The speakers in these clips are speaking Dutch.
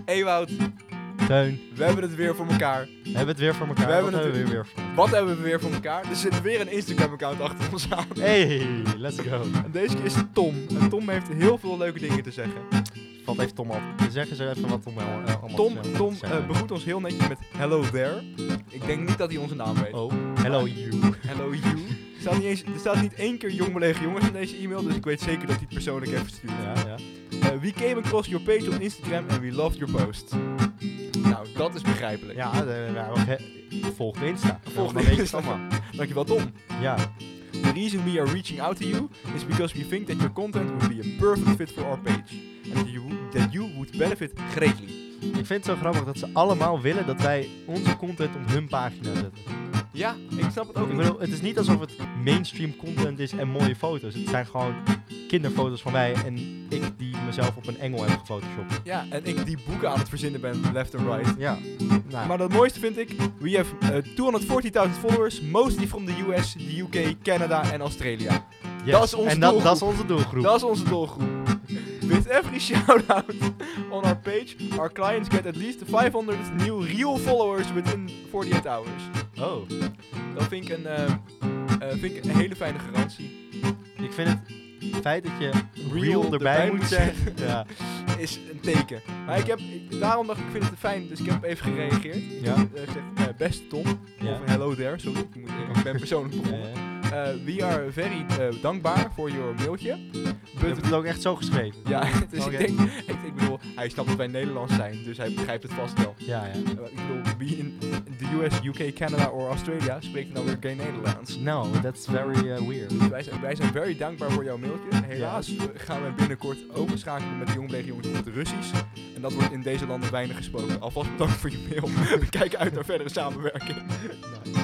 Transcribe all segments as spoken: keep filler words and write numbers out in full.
Ewout, Teun, we hebben het weer voor elkaar. we hebben het weer voor elkaar. We hebben Wat het hebben we weer voor? Wat hebben we weer voor elkaar? Er zit weer een Instagram-account achter ons aan. Hey, let's go. En deze keer is het Tom. En Tom heeft heel veel leuke dingen te zeggen. Valt even Tom op. Zeggen ze even wat Tom uh, allemaal Tom, te Tom zeggen. uh, begroet ons heel netjes met hello there. Ik denk niet dat hij onze naam weet. Oh, hello you. Hello you. Er staat, niet eens, er staat niet één keer jong belegen jongens in deze e-mail, dus ik weet zeker dat hij het persoonlijk heeft gestuurd. Ja, ja. Uh, we came across your page on Instagram and we loved your post. Nou, dat is begrijpelijk. Ja, de, we he, volg Insta. Volg Dan de weet je Insta. het allemaal. Dankjewel Tom. Ja. The reason we are reaching out to you is because we think that your content would be a perfect fit for our page. And that you, that you would benefit greatly. Ik vind het zo grappig dat ze allemaal willen dat wij onze content op hun pagina zetten. Ja, ik snap het ook Ik niet. bedoel, het is niet alsof het mainstream content is en mooie foto's. Het zijn gewoon kinderfoto's van wij en ik die mezelf op een engel heb gefotoshopt. Ja, en ik die boeken aan het verzinnen ben, left and right. Ja. Nou, Maar het mooiste vind ik, we have uh, tweehonderdveertigduizend followers, mostly from the U S, the U K, Canada en Australia. yes. dat is onze En dat, doelgroep. dat is onze doelgroep. Dat is onze doelgroep. With every shout-out on our page, our clients get at least vijfhonderd new real followers within forty-eight hours. Oh. Dat vind ik een, uh, uh, vind ik een hele fijne garantie. Ik vind het feit dat je real, Real erbij, erbij moet moet zeggen. Ja. Is een teken. Maar ik heb, ik, daarom dacht ik, ik vind het fijn, dus ik heb even gereageerd. Ja. Uh, gezegd, uh, beste Tom, Ja. of hello there, sorry, ik, moet, ik ben persoonlijk Ja, begonnen. ja. Uh, we are very uh, dankbaar voor your mailtje. Je hebt het ook echt zo geschreven. Ja, dus Oké. ik denk, ik, ik bedoel, hij snapt dat wij Nederlands zijn, dus hij begrijpt het vast wel. Ja, ja. Uh, ik bedoel, wie in de U S, U K, Canada of Australia spreekt nou weer geen Nederlands. No, that's very uh, weird. Dus wij zijn, wij zijn very dankbaar voor jouw mailtje. Helaas uh, gaan we binnenkort overschakelen met de jongbelegen jongens op het Russisch. En dat wordt in deze landen weinig gesproken. Alvast bedankt voor je mail. We kijken uit naar verdere samenwerking. Nice.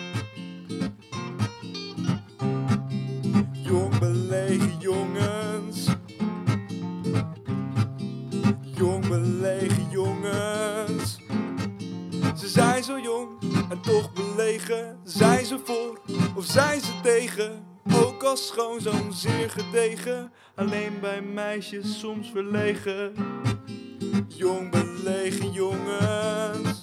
Jong belegen jongens. Jong belegen jongens. Ze zijn zo jong en toch belegen. Zijn ze voor of zijn ze tegen? Ook als schoonzoon zeer gedegen. Alleen bij meisjes soms verlegen. Jong belegen jongens.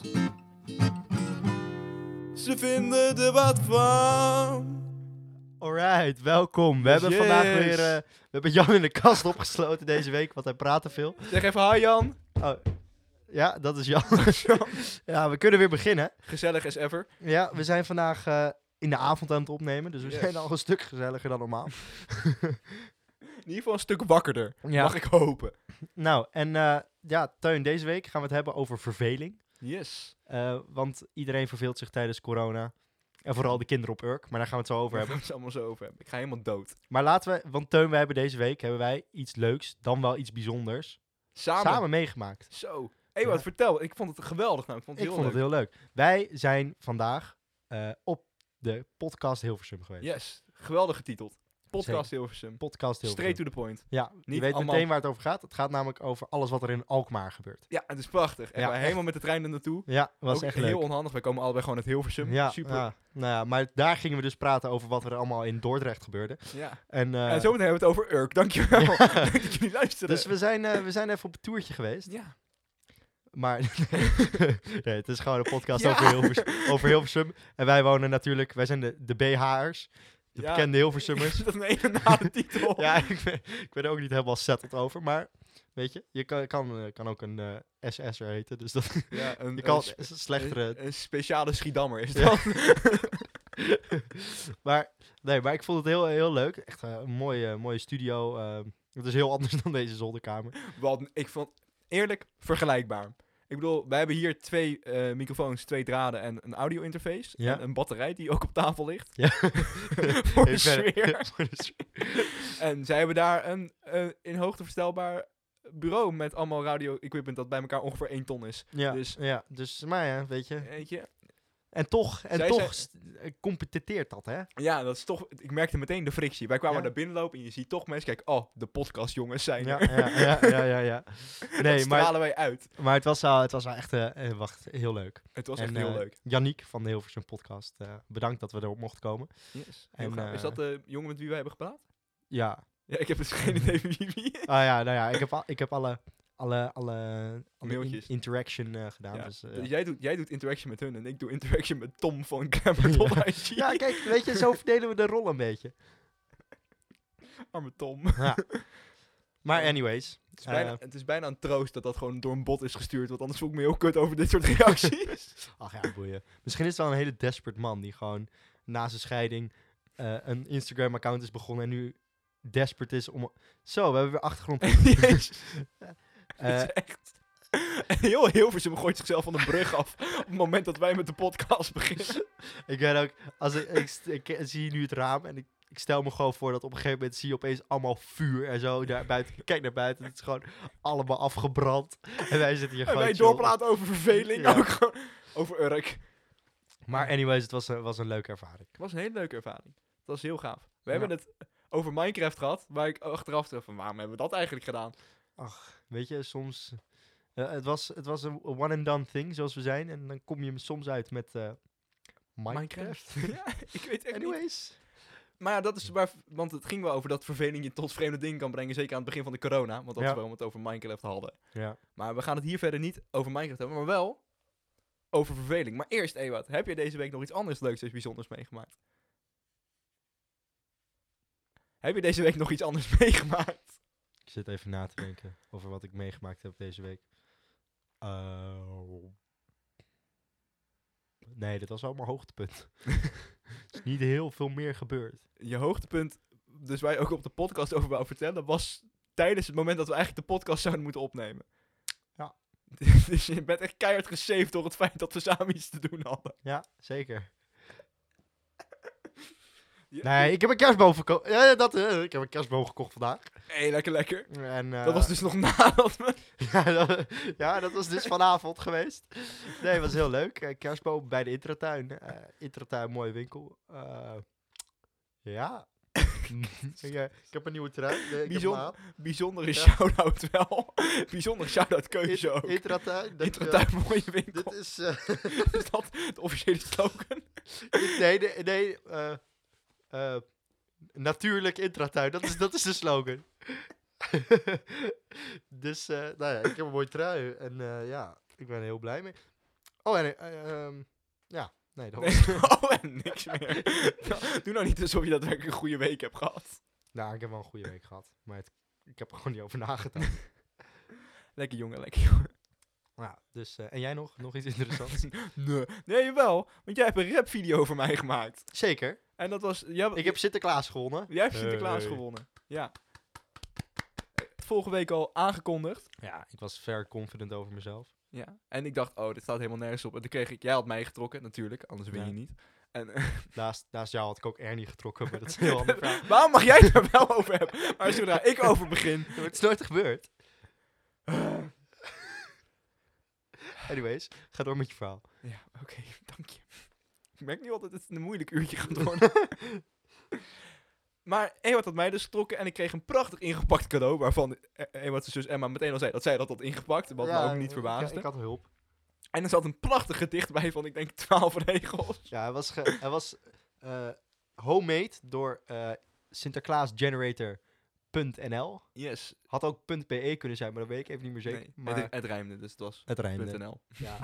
Ze vinden er wat van. Alright, welkom. We Yes, hebben vandaag yes. weer... Uh, we hebben Jan in de kast opgesloten deze week, want hij praat te veel. Zeg even hi Jan. Oh, ja, dat is Jan. Ja, we kunnen weer beginnen. Gezellig as ever. Ja, we zijn vandaag uh, in de avond aan het opnemen, dus we Yes. zijn al een stuk gezelliger dan normaal. In ieder geval een stuk wakkerder. Ja. Mag ik hopen. Nou, en uh, ja, Teun, deze week gaan we het hebben over verveling. Yes. Uh, want iedereen verveelt zich tijdens corona. En vooral de kinderen op Urk, maar daar gaan we het zo over Daar gaan hebben. we het allemaal zo over hebben. Ik ga helemaal dood. Maar laten we, want Teun, we hebben deze week hebben wij iets leuks, dan wel iets bijzonders, Samen. samen meegemaakt. Zo. Hé, wat Ja. vertel. Ik vond het geweldig. Nou, ik vond het Ik heel vond leuk. het heel leuk. Wij zijn vandaag uh, op de podcast Hilversum geweest. Yes. Geweldig getiteld. Podcast Hilversum. Podcast Hilversum. Straight to the point. Ja, je Niet weet allemaal- meteen waar het over gaat. Het gaat namelijk over alles wat er in Alkmaar gebeurt. Ja, het is prachtig. En Ja, wij echt. helemaal met de trein er naartoe. Ja, was Ook echt heel leuk. onhandig. Wij komen allebei gewoon uit Hilversum. Ja, Super. ja, nou ja, maar daar gingen we dus praten over wat er allemaal in Dordrecht gebeurde. Ja. En, uh, En zometeen hebben we het over Urk. Dankjewel. Ja. Dank dat jullie luisteren. dus we zijn, uh, we zijn even op een toertje geweest. Ja. Maar nee, het is gewoon een podcast Ja. over, Hilversum, over Hilversum. En wij wonen natuurlijk, wij zijn de, de B H'ers. De Ja. bekende Hilversummers. Dat is een ene na de titel. Ja, ik ben, ik ben er ook niet helemaal settled over. Maar weet je, je kan, kan, eh, kan ook een uh, S S'er heten. Dus dat, Ja, een, je kan een, spe- een slechtere... een, een speciale Schiedammer is Ja. dat. maar, nee, maar ik vond het heel, heel leuk. Echt uh, een mooie, mooie studio. Uh, het is heel anders dan deze zolderkamer. Wat ik vond, eerlijk, vergelijkbaar. Ik bedoel, wij hebben hier twee uh, microfoons, twee draden en een audio-interface. Ja. En een batterij die ook op tafel ligt. Ja. Voor de Even verder. sfeer. Voor de sfeer. En zij hebben daar een uh, in hoogte verstelbaar bureau met allemaal radio-equipment dat bij elkaar ongeveer één ton is. Ja, Dus- dus, ja, dus maar ja, weet je. Weet je? En toch, en Zij toch zijn- st- eh, competeert dat, hè? Ja, dat is toch... Ik merkte meteen de frictie. Wij kwamen Ja. daar binnenlopen en je ziet toch mensen kijken... Oh, de podcastjongens zijn Ja, er. ja, ja, ja, ja, ja. Dat Nee, maar, stralen wij uit. maar het was wel, het was wel echt, uh, uh, wacht, heel leuk. Het was En, echt heel uh, leuk. Yannick van de Hilversum podcast, uh, bedankt dat we erop mochten komen. Yes. Heel en, gaaf. uh, is dat de jongen met wie we hebben gepraat? Ja. Ja, ik heb dus geen idee wie wie is. Ah ja, nou ja, ik heb, al, ik heb alle, alle, alle, alle in- Mailtjes. interaction uh, gedaan. Ja. Dus, uh, Dus ja. jij, doet, jij doet interaction met hun en ik doe interaction met Tom van Glamour tot I G. Ja, kijk, weet je, zo verdelen we de rol een beetje. Arme Tom. Ja. Maar anyways. Het is, bijna, uh, het is bijna een troost dat dat gewoon door een bot is gestuurd. Want anders voel ik me heel kut over dit soort reacties. ach ja, boeien. Misschien is het wel een hele desperate man die gewoon na zijn scheiding uh, een Instagram-account is begonnen en nu desperate is om... Zo, we hebben weer achtergrond. Jezus. Uh, Het is echt... En heel Hilversum gooit zichzelf van de brug af op het moment dat wij met de podcast beginnen. Ik weet ook, als ik, ik, ik, ik zie nu het raam en ik, ik stel me gewoon voor dat op een gegeven moment zie je opeens allemaal vuur en zo daar buiten. Ik kijk naar buiten, het is gewoon allemaal afgebrand. En wij zitten hier En gewoon... wij chill. doorpraten over verveling, Ja. ook gewoon over Urk. Maar anyways, het was, een- was een leuke ervaring. Het was een hele leuke ervaring. Het was heel gaaf. We Ja. hebben het over Minecraft gehad, waar ik achteraf dacht van waarom hebben we dat eigenlijk gedaan? Ach, weet je, soms... eh, het, was, het was een one-and-done thing, zoals we zijn. En dan kom je soms uit met uh, Minecraft. ja, ik weet echt niet. Anyways. Maar ja, dat is waar, want het ging wel over dat verveling je tot vreemde dingen kan brengen, zeker aan het begin van de corona, want dat Ja. is waarom we het over Minecraft hadden. Ja. Maar we gaan het hier verder niet over Minecraft hebben, maar wel over verveling. Maar eerst, Ewout, heb je deze week nog iets anders leuks en bijzonders meegemaakt? Heb je deze week nog iets anders meegemaakt? Ik zit even na te denken over wat ik meegemaakt heb deze week. Uh, nee, dit was wel mijn hoogtepunt. Er is niet heel veel meer gebeurd. Je hoogtepunt, dus waar je ook op de podcast over wou vertellen, was tijdens het moment dat we eigenlijk de podcast zouden moeten opnemen. Ja. Dus je bent echt keihard gesaved door het feit dat we samen iets te doen hadden. Ja, zeker. Ja. Nee, ik heb een kerstboom verkocht. Ja, dat, uh, ik heb een kerstboom gekocht vandaag. Hé, lekker lekker. En, uh, Dat was dus nog nadat we... ja, dat, ja, dat was dus vanavond geweest. Nee, het was heel leuk. Uh, kerstboom bij de Intratuin. Uh, Intratuin, mooie winkel. Uh, ja. ik, uh, ik heb een nieuwe trui. Nee, ik heb Bijzon- hem aan. Bijzondere Ja. shout-out wel. Bijzondere shout-out keuze ook. Intratuin. dat, Intratuin, uh, mooie winkel. Dit is... Uh, Is dat de officiële slogan? nee, nee, nee. Uh, uh, natuurlijk Intratuin. Dat is, dat is de slogan. dus, uh, nou ja, ik heb een mooie trui. En uh, ja, ik ben er heel blij mee. Oh, en uh, um, ja, nee, dat was... Nee, oh, en niks meer. Doe nou niet alsof je daadwerkelijk een goede week hebt gehad. Nou, ik heb wel een goede week gehad. Maar het, ik heb er gewoon niet over nagedacht. Lekker jongen, lekker jongen. ja, dus, uh, en jij nog? Nog iets interessants? Nee, nee, jawel. Want jij hebt een rapvideo over mij gemaakt. Zeker. En dat was... Ja, Ik heb Sinterklaas gewonnen. Jij hebt Sinterklaas Hey. gewonnen. Ja. Vorige week al aangekondigd. Ja, ik was very confident over mezelf. Ja. En ik dacht, oh, dit staat helemaal nergens op. En toen kreeg ik... Jij had mij getrokken, natuurlijk. Anders win Ja. je niet. En, Naast, naast jou had ik ook Ernie getrokken, maar dat is een heel ander verhaal. waarom mag jij het er wel over hebben? Maar zodra ik over begin... Ja, maar het is nooit gebeurd. Anyways, ga door met je verhaal. Ja, oké, dank je. Ik merk nu al dat het een moeilijk uurtje gaat worden. Maar Ewout had mij dus getrokken en ik kreeg een prachtig ingepakt cadeau, waarvan E- Ewout's zus Emma meteen al zei dat zij dat had ingepakt, wat me ook niet ik- verbaasde. Ik, had hulp. En er zat een prachtig gedicht bij van, ik denk, twaalf regels. Ja, hij was, ge- hij was uh, homemade door uh, Sinterklaasgenerator punt n l. Yes. Had ook .be kunnen zijn, maar dat weet ik even niet meer zeker. Nee, maar het, het rijmde, dus het was het rijmde. .nl. Ja.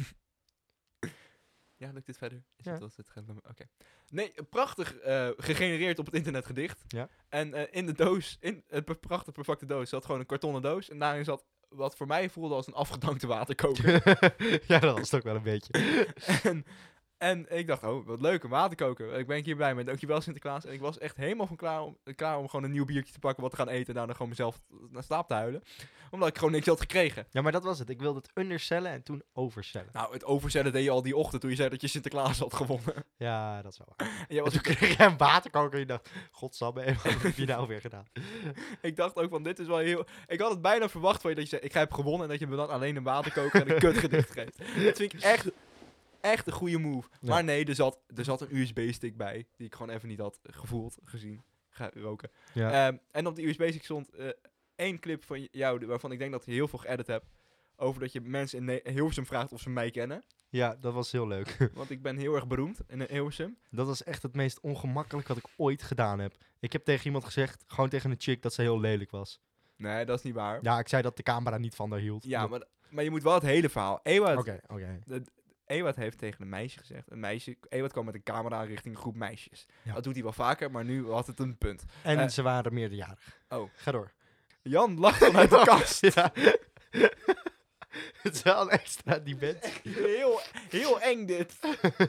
Ja, lukt dit verder? Is Ja. het, was het geen- Oké. Nee, prachtig eh, gegenereerd op het internet gedicht. Ja. En eh, in de doos, in het pe- prachtig perfecte doos, zat gewoon een kartonnen doos. En daarin zat wat voor mij voelde als een afgedankte waterkoker. ja, dat was het ook wel een beetje. en, en ik dacht, oh, wat leuk, een waterkoker. Ik ben ik hier blij mee. Dankjewel Sinterklaas. En ik was echt helemaal van klaar om, klaar om gewoon een nieuw biertje te pakken, wat te gaan eten. En daarna gewoon mezelf naar slaap te huilen. Omdat ik gewoon niks had gekregen. Ja, maar dat was het. Ik wilde het undercellen en toen overcellen. Nou, het overzetten deed je al die ochtend toen je zei dat je Sinterklaas had gewonnen. Ja, dat is wel waar. En jij En was toen kreeg jij een waterkoker en je dacht, godsamme, wat heb je nou weer gedaan? Ik dacht ook van, dit is wel heel... Ik had het bijna verwacht van je dat je zei, ik heb gewonnen en dat je me dan alleen een waterkoker en een kutgedicht geeft. Dat vind ik echt, echt een goede move. Ja. Maar nee, er zat, er zat een U S B-stick bij, die ik gewoon even niet had gevoeld, gezien, geroken. Ja. Ehm, en op die U S B-stick stond eh, één clip van jou, waarvan ik denk dat je heel veel geëdit hebt, over dat je mensen in Ne- Hilversum vraagt of ze mij kennen. ja, dat was heel leuk. Want ik ben heel erg beroemd in Hilversum. Dat was echt het meest ongemakkelijk wat ik ooit gedaan heb. Ik heb tegen iemand gezegd, gewoon tegen een chick, dat ze heel lelijk was. Nee, dat is niet waar. Ja, ik zei dat de camera niet van haar hield. Ja, Dat- maar, maar je moet wel het hele verhaal. Ewout, Oké, oké. Ewout heeft tegen een meisje gezegd. Een meisje, Ewout kwam met een camera richting een groep meisjes. Ja. Dat doet hij wel vaker, maar nu had het een punt. En Eh, ze waren meerderjarig. Oh. Ga door. Jan lacht vanuit de kast. Ja. Het is wel een extra dimensie. heel, heel eng dit.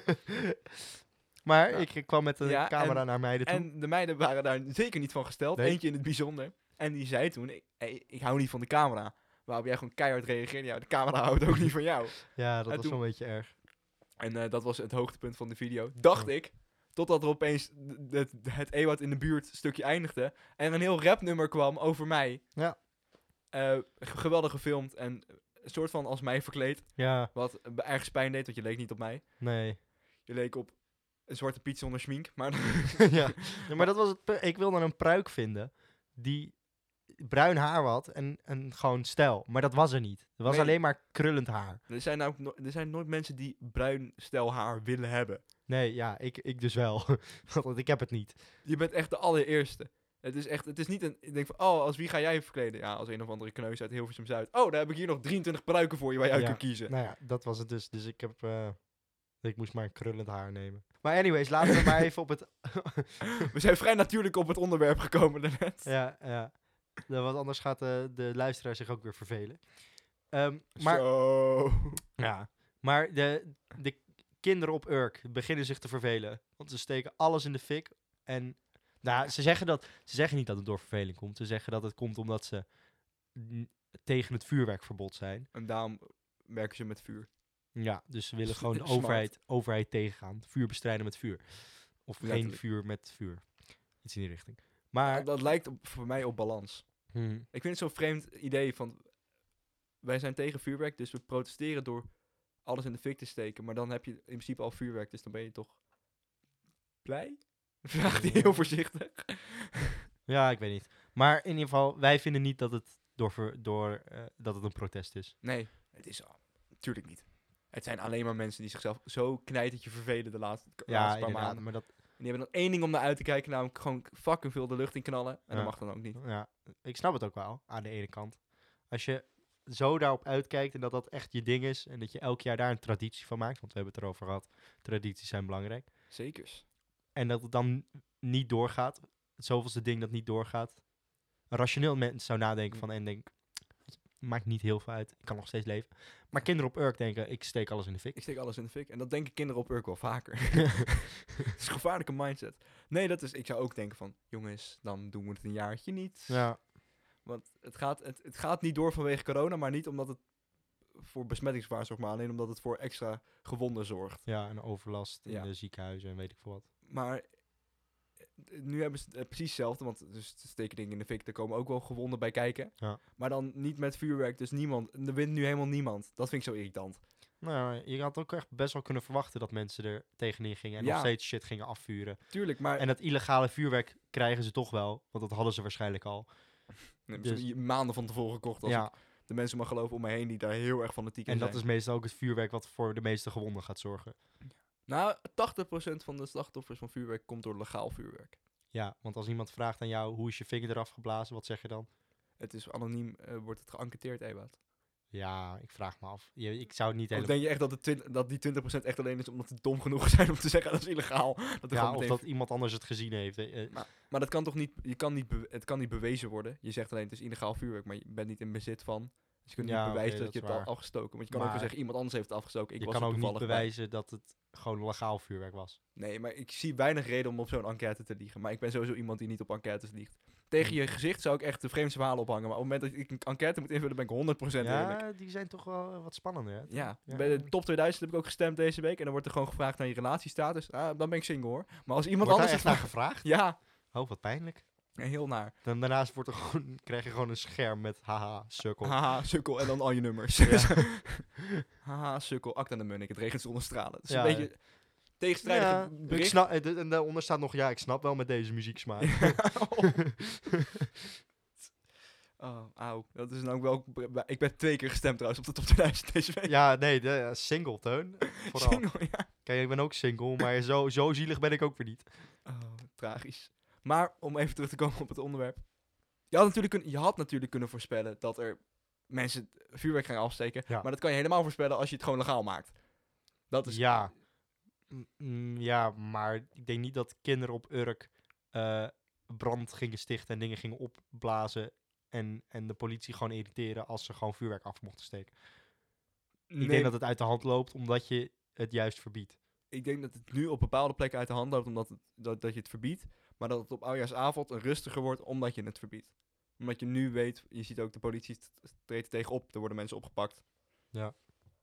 Maar Ja. ik, ik kwam met een Ja, camera en- naar meiden toe. En de meiden waren daar zeker niet van gesteld. Nee. Eentje in het bijzonder. En die zei toen, ik, hey, ik hou niet van de camera. Waarop jij gewoon keihard reageerde. Ja, de camera houdt ook niet van jou. ja, dat en was toen- wel een beetje erg. En eh, dat was het hoogtepunt van de video. Dacht Ja. ik. Totdat er opeens d- het, het Ewout in de buurt stukje eindigde. En er een heel rapnummer kwam over mij. Ja. Eh, g- geweldig gefilmd. En een soort van als mij verkleed. Ja, Wat eh, ergens pijn deed, want je leek niet op mij. nee. Je leek op een zwarte Piet zonder schmink. Maar ja. ja, maar dat was het. pu- Ik wilde een pruik vinden die bruin haar had en, en gewoon stijl. Maar dat was er niet. Er was Nee. alleen maar krullend haar. er, zijn nou, no- er zijn nooit mensen die bruin stel haar willen hebben. Nee, ja, ik, ik dus wel. Want ik heb het niet. Je bent echt de allereerste. Het is echt, het is niet een, ik denk van, oh, als wie ga jij verkleden? Ja, als een of andere kneus uit Hilversum Zuid. Oh, daar heb ik hier nog drieëntwintig pruiken voor je waar je uit Ja. kan kiezen. Nou ja, dat was het dus. Dus ik heb... eh, ik moest maar een krullend haar nemen. Maar anyways, laten we maar even op het... We zijn vrij natuurlijk op het onderwerp gekomen daarnet. ja, ja. Ja, want anders gaat de, de luisteraar zich ook weer vervelen. Ehm, maar Zo. ja, maar de, de kinderen op Urk beginnen zich te vervelen. Want ze steken alles in de fik. En nou, ze, zeggen dat, ze zeggen niet dat het door verveling komt. Ze zeggen dat het komt omdat ze n- tegen het vuurwerkverbod zijn. En daarom werken ze met vuur. Ja, dus ze willen S- gewoon de smart. overheid, overheid tegengaan. Vuur bestrijden met vuur. Of geen Letterlijk. vuur met vuur. Iets in die richting. Maar... dat lijkt op, voor mij op balans. hmm, Ik vind het zo'n vreemd idee van... Wij zijn tegen vuurwerk, dus we protesteren door alles in de fik te steken. Maar dan heb je in principe al vuurwerk, dus dan ben je toch blij? Vraagt hij heel voorzichtig. ja, ik weet niet. Maar in ieder geval, wij vinden niet dat het, door, ver- door, eh, dat het een protest is. Nee, het is al. Natuurlijk niet. Het zijn alleen maar mensen die zichzelf zo knijtertje vervelen de laatste, de Ja, laatste paar inderdaad. maanden. Maar dat, En die hebben dan één ding om naar uit te kijken, namelijk gewoon fucking veel de lucht in knallen. En Ja. dat mag dan ook niet. ja, ik snap het ook wel, aan de ene kant. Als je zo daarop uitkijkt en dat dat echt je ding is... en dat je elk jaar daar een traditie van maakt... want we hebben het erover gehad, tradities zijn belangrijk... Zekers. en dat het dan niet doorgaat, het zoveelste ding dat niet doorgaat... een rationeel mens zou nadenken van en denk... maakt niet heel veel uit, ik kan nog steeds leven. Maar kinderen op Urk denken, ik steek alles in de fik. Ik steek alles in de fik. En dat denken kinderen op Urk wel vaker. Het is een gevaarlijke mindset. Nee, dat is... Ik zou ook denken van... Jongens, dan doen we het een jaartje niet. Ja, Want het gaat, het, het gaat niet door vanwege corona, maar niet omdat het voor besmettingsgevaar zorgt, maar alleen omdat het voor extra gewonden zorgt. ja, en overlast in Ja. de ziekenhuizen en weet ik veel wat. Maar eh, nu hebben ze het eh, precies hetzelfde, want dus ze steken dingen in de fik, er komen ook wel gewonden bij kijken. Ja. Maar dan niet met vuurwerk, dus niemand. Er wint nu helemaal niemand. Dat vind ik zo irritant. Nou, je had ook echt best wel kunnen verwachten dat mensen er tegenin gingen en Ja. nog steeds shit gingen afvuren. Tuurlijk, maar En dat illegale vuurwerk krijgen ze toch wel, want dat hadden ze waarschijnlijk al. nee, dus- dus, maanden van tevoren gekocht als Ja, ik de mensen mag geloven om me heen die daar heel erg fanatiek in en zijn. dat is meestal ook het vuurwerk wat voor de meeste gewonden gaat zorgen. Nou, tachtig procent van de slachtoffers van vuurwerk komt door legaal vuurwerk. Ja, want als iemand vraagt aan jou, hoe is je vinger eraf geblazen, wat zeg je dan? Het is anoniem, eh, wordt het geënquêteerd, Ewout. Ja, ik vraag me af. Je, ik zou het niet Of helemaal... denk je echt dat, het twin- dat die twintig procent echt alleen is omdat ze dom genoeg zijn om te zeggen dat is illegaal? Dat er Ja, gewoon of meteen- dat iemand anders het gezien heeft. eh, eh, Maar dat kan toch niet, je kan niet be- het kan niet bewezen worden. Je zegt alleen het is illegaal vuurwerk, maar je bent niet in bezit van. Dus je kunt Ja, niet oké, bewijzen dat dat, je is het al waar. afgestoken. Want je kan ook Maar wel zeggen iemand anders heeft het afgestoken. Ik je was kan er ook niet toevallig bij. bewijzen dat het gewoon legaal vuurwerk was. Nee, maar ik zie weinig reden om op zo'n enquête te liegen. Maar ik ben sowieso iemand die niet op enquêtes liegt. Tegen je gezicht zou ik echt de vreemdste verhalen ophangen. Maar op het moment dat ik een enquête moet invullen, ben ik honderd procent eerlijk. Ja, die zijn toch wel eh, wat spannender. Hè? Ja, Ja. bij de top tweeduizend heb ik ook gestemd deze week. En dan wordt er gewoon gevraagd naar je relatiestatus. Ah, dan ben ik single hoor. Maar als iemand Wordt daar anders echt het naar vraagt... gevraagd? Ja, Oh, wat pijnlijk. ja, heel naar. Dan, daarnaast wordt er gewoon, krijg je gewoon een scherm met haha, sukkel. Haha, sukkel en dan al je nummers. Ja. Haha, sukkel, acta de munnik. Het regent zonder stralen. Het is Ja, een beetje tegenstrijdige Ja, ik bericht. snap, eh, d- en daaronder staat nog, ja, ik snap wel met deze muzieksmaak. Oh, auw. Dat is nou wel... Ik ben twee keer gestemd trouwens op de top tweeduizend deze week. Ja, nee, de, ja, single, Teun. Vooral. Single, ja. Kijk, ik ben ook single, maar zo, zo zielig ben ik ook weer niet. Oh, tragisch. Maar om even terug te komen op het onderwerp. Je had, natuurlijk kun, je had natuurlijk kunnen voorspellen dat er mensen vuurwerk gaan afsteken. Ja. Maar dat kan je helemaal voorspellen als je het gewoon legaal maakt. Dat is... Ja. Mm, mm, ja, maar ik denk niet dat kinderen op Urk eh, brand gingen stichten en dingen gingen opblazen en, en de politie gewoon irriteren als ze gewoon vuurwerk af mochten steken. Nee, Ik denk dat het uit de hand loopt omdat je het juist verbiedt. ik denk dat het nu op bepaalde plekken uit de hand loopt omdat het, dat, dat je het verbiedt. Maar dat het op oudjaarsavond rustiger wordt omdat je het verbiedt. Omdat je nu weet, je ziet ook de politie st- treedt er tegenop. Er worden mensen opgepakt. Ja.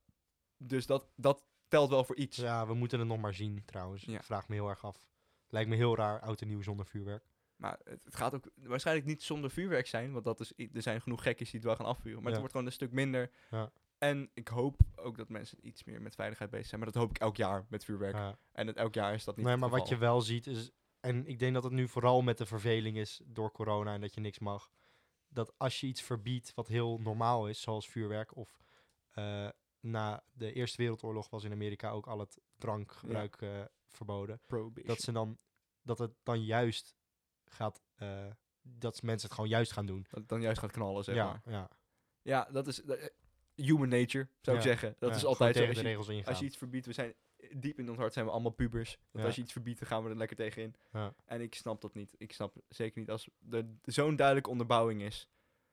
Dus dat, dat telt wel voor iets. Ja, we moeten het nog maar zien trouwens. Ja. Ik vraag me heel erg af. Lijkt me heel raar, oud en nieuw zonder vuurwerk. Maar het, het gaat ook waarschijnlijk niet zonder vuurwerk zijn. Want dat is, i- er zijn genoeg gekkies die het wel gaan afvuren. Maar Ja. het wordt gewoon een stuk minder. Ja. En ik hoop ook dat mensen iets meer met veiligheid bezig zijn. Maar dat hoop ik elk jaar met vuurwerk. Ja. En het, elk jaar is dat niet Nee, het maar wat je geval. wel ziet is... En ik denk dat het nu vooral met de verveling is door corona en dat je niks mag. Dat als je iets verbiedt wat heel normaal is, zoals vuurwerk... of eh, na de Eerste Wereldoorlog was in Amerika ook al het drankgebruik eh, verboden. Prohibition. Dat, ze dan, dat het dan juist gaat... eh, dat mensen het gewoon juist gaan doen. Dat het dan juist gaat knallen, zeg ja, maar. ja, Ja, dat is dat, eh, human nature, zou ik Ja. zeggen. Dat ja, is gewoon altijd zo. tegen Als de je, regels ingaan. als je iets verbiedt, we zijn diep in ons hart zijn we allemaal pubers. Dat Ja. als je iets verbiedt, dan gaan we er lekker tegenin. Ja. En ik snap dat niet. Ik snap zeker niet als er zo'n duidelijke onderbouwing is.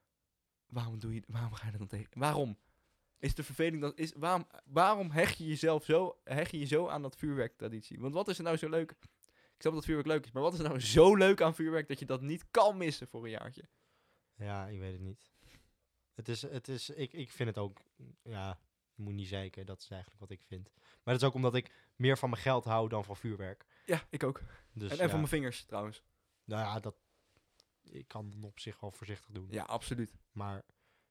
Waarom doe je, waarom ga je er dan tegen? Waarom? Is de verveling dan, is, waarom, waarom hecht je jezelf zo, hecht je je zo aan dat vuurwerktraditie? Want wat is er nou zo leuk? Ik snap dat vuurwerk leuk is, maar wat is er nou zo leuk aan vuurwerk dat je dat niet kan missen voor een jaartje? Ja, ik weet het niet. Het is, het is, ik, ik vind het ook, ja, je moet niet zeiken, dat is eigenlijk wat ik vind. Maar dat is ook omdat ik meer van mijn geld hou dan van vuurwerk. Ja, ik ook. Dus en en ja, van mijn vingers trouwens. nou ja, dat, ik kan dan op zich wel voorzichtig doen. Ja, absoluut. Maar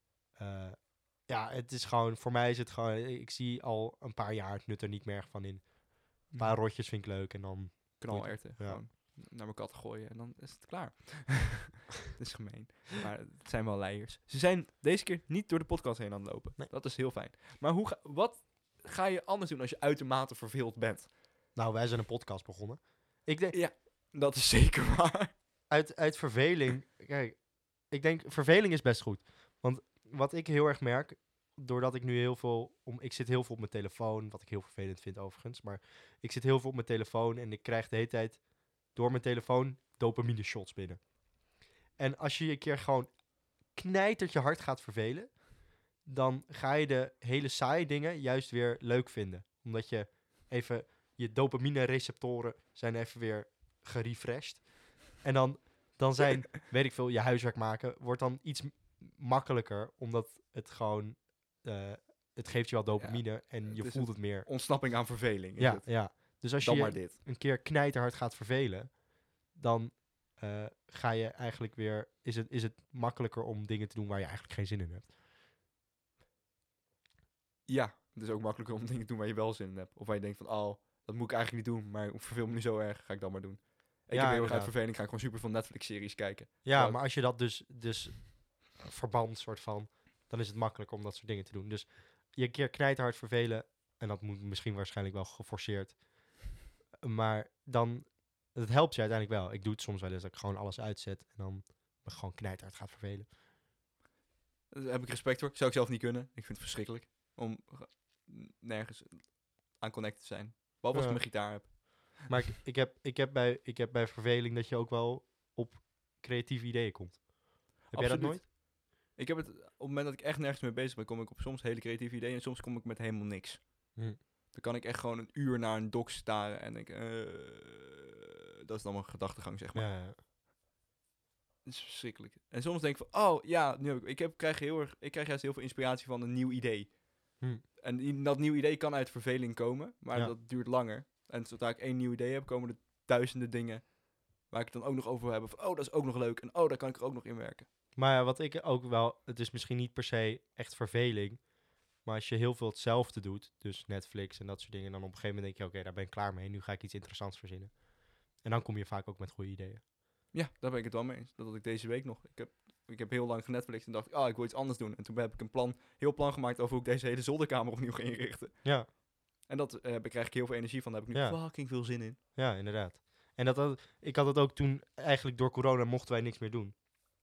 eh, ja, het is gewoon, voor mij is het gewoon, ik zie al een paar jaar het nut er niet meer echt van in. Een paar rotjes vind ik leuk en dan, Knalerten. Ja. Gewoon naar mijn kat gooien en dan is het klaar. Het is gemeen. Maar het zijn wel leiers. Ze zijn deze keer niet door de podcast heen aan het lopen. Nee. Dat is heel fijn. Maar hoe ga, wat ga je anders doen als je uitermate verveeld bent? nou, wij zijn een podcast begonnen. Ik denk, Ja, dat is zeker waar. uit, uit verveling, kijk, ik denk verveling is best goed. Want wat ik heel erg merk, doordat ik nu heel veel, om, ik zit heel veel op mijn telefoon, wat ik heel vervelend vind overigens, maar ik zit heel veel op mijn telefoon en ik krijg de hele tijd door mijn telefoon dopamine shots binnen. En als je je een keer gewoon knijtert je hart gaat vervelen, dan ga je de hele saaie dingen juist weer leuk vinden. Omdat je even, je dopamine receptoren zijn even weer gerefreshed. En dan, dan zijn, weet ik veel, je huiswerk maken wordt dan iets m- makkelijker, omdat het gewoon, eh, het geeft je wel dopamine en het je is voelt een het meer. Ontsnapping aan verveling. Is Ja, het. ja. Dus als Dan je maar dit. een keer knijterhard gaat vervelen, dan eh, ga je eigenlijk weer, is het, is het makkelijker om dingen te doen waar je eigenlijk geen zin in hebt. Ja, het is ook makkelijker om dingen te doen waar je wel zin in hebt. Of waar je denkt van, oh, dat moet ik eigenlijk niet doen, maar ik verveel me nu zo erg, ga ik dan maar doen. Ik Ja, heb heel erg uit inderdaad. verveling, ga ik gewoon super veel Netflix-series kijken. Ja, Terwijl- maar als je dat dus, dus verband soort van, dan is het makkelijker om dat soort dingen te doen. Dus je een keer knijterhard vervelen, en dat moet misschien waarschijnlijk wel geforceerd, maar dan, het helpt je uiteindelijk wel. Ik doe het soms wel eens dat ik gewoon alles uitzet en dan me gewoon knijterhard gaat vervelen. Daar heb ik respect voor. Zou ik zelf niet kunnen. Ik vind het verschrikkelijk om ge- nergens aan connected te zijn. Behalve als ik Ja. mijn gitaar heb. Maar ik, ik, heb, ik, heb bij, ik heb bij verveling dat je ook wel op creatieve ideeën komt. Heb jij dat Absoluut. nooit? Ik heb het, op het moment dat ik echt nergens mee bezig ben, kom ik op soms hele creatieve ideeën en soms kom ik met helemaal niks. Hm. Dan kan ik echt gewoon een uur naar een doc staren en denk, eh, dat is dan mijn gedachtegang, zeg maar. Ja, ja. Het is verschrikkelijk. En soms denk ik van, oh ja, nu heb ik, ik heb, krijg heel erg, ik krijg juist heel veel inspiratie van een nieuw idee. Hm. En die- dat nieuw idee kan uit verveling komen, maar Ja. dat duurt langer. En zodra ik één nieuw idee heb, komen er duizenden dingen waar ik het dan ook nog over wil hebben. Van, oh, dat is ook nog leuk. En oh, daar kan ik er ook nog in werken. Maar ja, wat ik ook wel, het is misschien niet per se echt verveling, maar als je heel veel hetzelfde doet, dus Netflix en dat soort dingen, dan op een gegeven moment denk je, oké, daar ben ik klaar mee, nu ga ik iets interessants verzinnen. En dan kom je vaak ook met goede ideeën. Ja, daar ben ik het wel mee eens. Dat had ik deze week nog. Ik heb, ik heb heel lang genetflixed en dacht ik, ah, ik wil iets anders doen. En toen heb ik een plan, heel plan gemaakt over hoe ik deze hele zolderkamer opnieuw ga inrichten. Ja, En dat eh, daar krijg ik heel veel energie van. Daar heb ik nu Ja. fucking veel zin in. ja, inderdaad. En dat, had- ik had het ook toen, eigenlijk door corona mochten wij niks meer doen.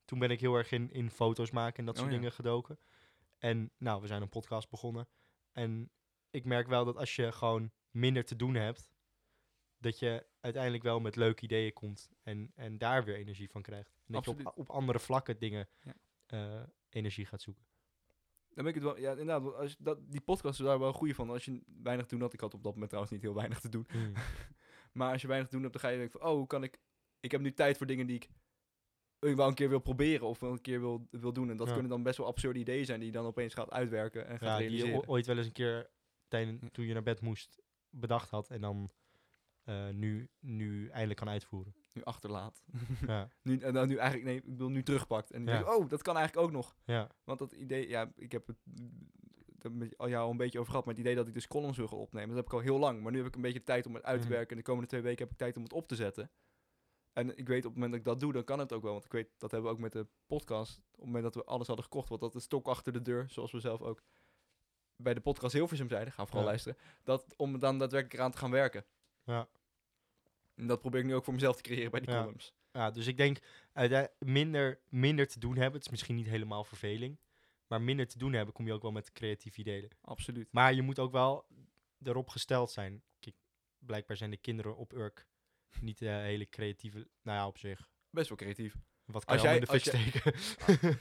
toen ben ik heel erg in, in foto's maken en dat soort Oh, ja. dingen gedoken. En nou, we zijn een podcast begonnen. En ik merk wel dat als je gewoon minder te doen hebt, dat je uiteindelijk wel met leuke ideeën komt en, en daar weer energie van krijgt. En dat je Absoluut. op, op andere vlakken dingen Ja. eh, energie gaat zoeken. Dan ben ik het wel, ja, inderdaad, want als je dat, die podcast is daar wel een goeie van. Als je weinig te doen had, ik had op dat moment trouwens niet heel weinig te doen. Mm. Maar als je weinig te doen hebt, dan ga je denken van, oh, hoe kan ik, ik heb nu tijd voor dingen die ik eh, wel een keer wil proberen of wel een keer wil, wil doen. En dat Ja. kunnen dan best wel absurde ideeën zijn die je dan opeens gaat uitwerken en gaat Ja, die je realiseren. o- ooit wel eens een keer tijdens, Ja. toen je naar bed moest bedacht had en dan eh, nu, nu eindelijk kan uitvoeren. Nu achterlaat. ja, Nu, en dan nu eigenlijk, nee, ik bedoel nu terugpakt. En nu Ja. denk ik, oh, dat kan eigenlijk ook nog. ja, Want dat idee, ja, ik heb het daar met al jou al een beetje over gehad, maar het idee dat ik dus columns wil gaan opnemen, dat heb ik al heel lang. Maar nu heb ik een beetje tijd om het uit te Mhm. werken en de komende twee weken heb ik tijd om het op te zetten. En ik weet op het moment dat ik dat doe, dan kan het ook wel. Want ik weet, dat hebben we ook met de podcast, op het moment dat we alles hadden gekocht, want dat is stok achter de deur, zoals we zelf ook bij de podcast Hilversum zeiden, ga vooral Ja. luisteren, dat om dan daadwerkelijk eraan te gaan werken. ja. En dat probeer ik nu ook voor mezelf te creëren bij die Ja. columns. Ja, dus ik denk uite- minder, minder te doen hebben. Het is misschien niet helemaal verveling. Maar minder te doen hebben, kom je ook wel met creatieve ideeën. Absoluut. Maar je moet ook wel erop gesteld zijn. Kijk, blijkbaar zijn de kinderen op Urk niet de hele creatieve... Nou ja, op zich. Best wel creatief. Wat kan Als je al jij- in de fik als steken?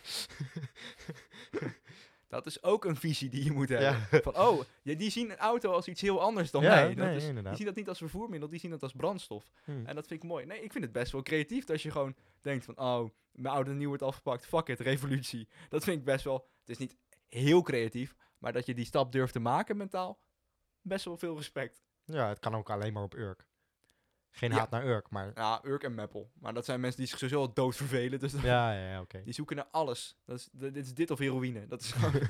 Dat is ook een visie die je moet hebben. Ja. Van, oh, ja, die zien een auto als iets heel anders dan Ja, mij. nee, Dat is, die inderdaad. zien dat niet als vervoermiddel, die zien dat als brandstof. Hm. En dat vind ik mooi. Nee, ik vind het best wel creatief als je gewoon denkt van, oh, mijn oude en nieuw wordt afgepakt, fuck it, revolutie. Dat vind ik best wel, het is niet heel creatief, maar dat je die stap durft te maken mentaal, best wel veel respect. Ja, het kan ook alleen maar op Urk. Geen Ja. haat naar Urk, maar... Ja, Urk en Meppel. Maar dat zijn mensen die zich sowieso al dood vervelen, dus dan- Ja, ja, ja, oké. die zoeken naar alles. Dat is, d- dit is dit of heroïne. Dat is gewoon...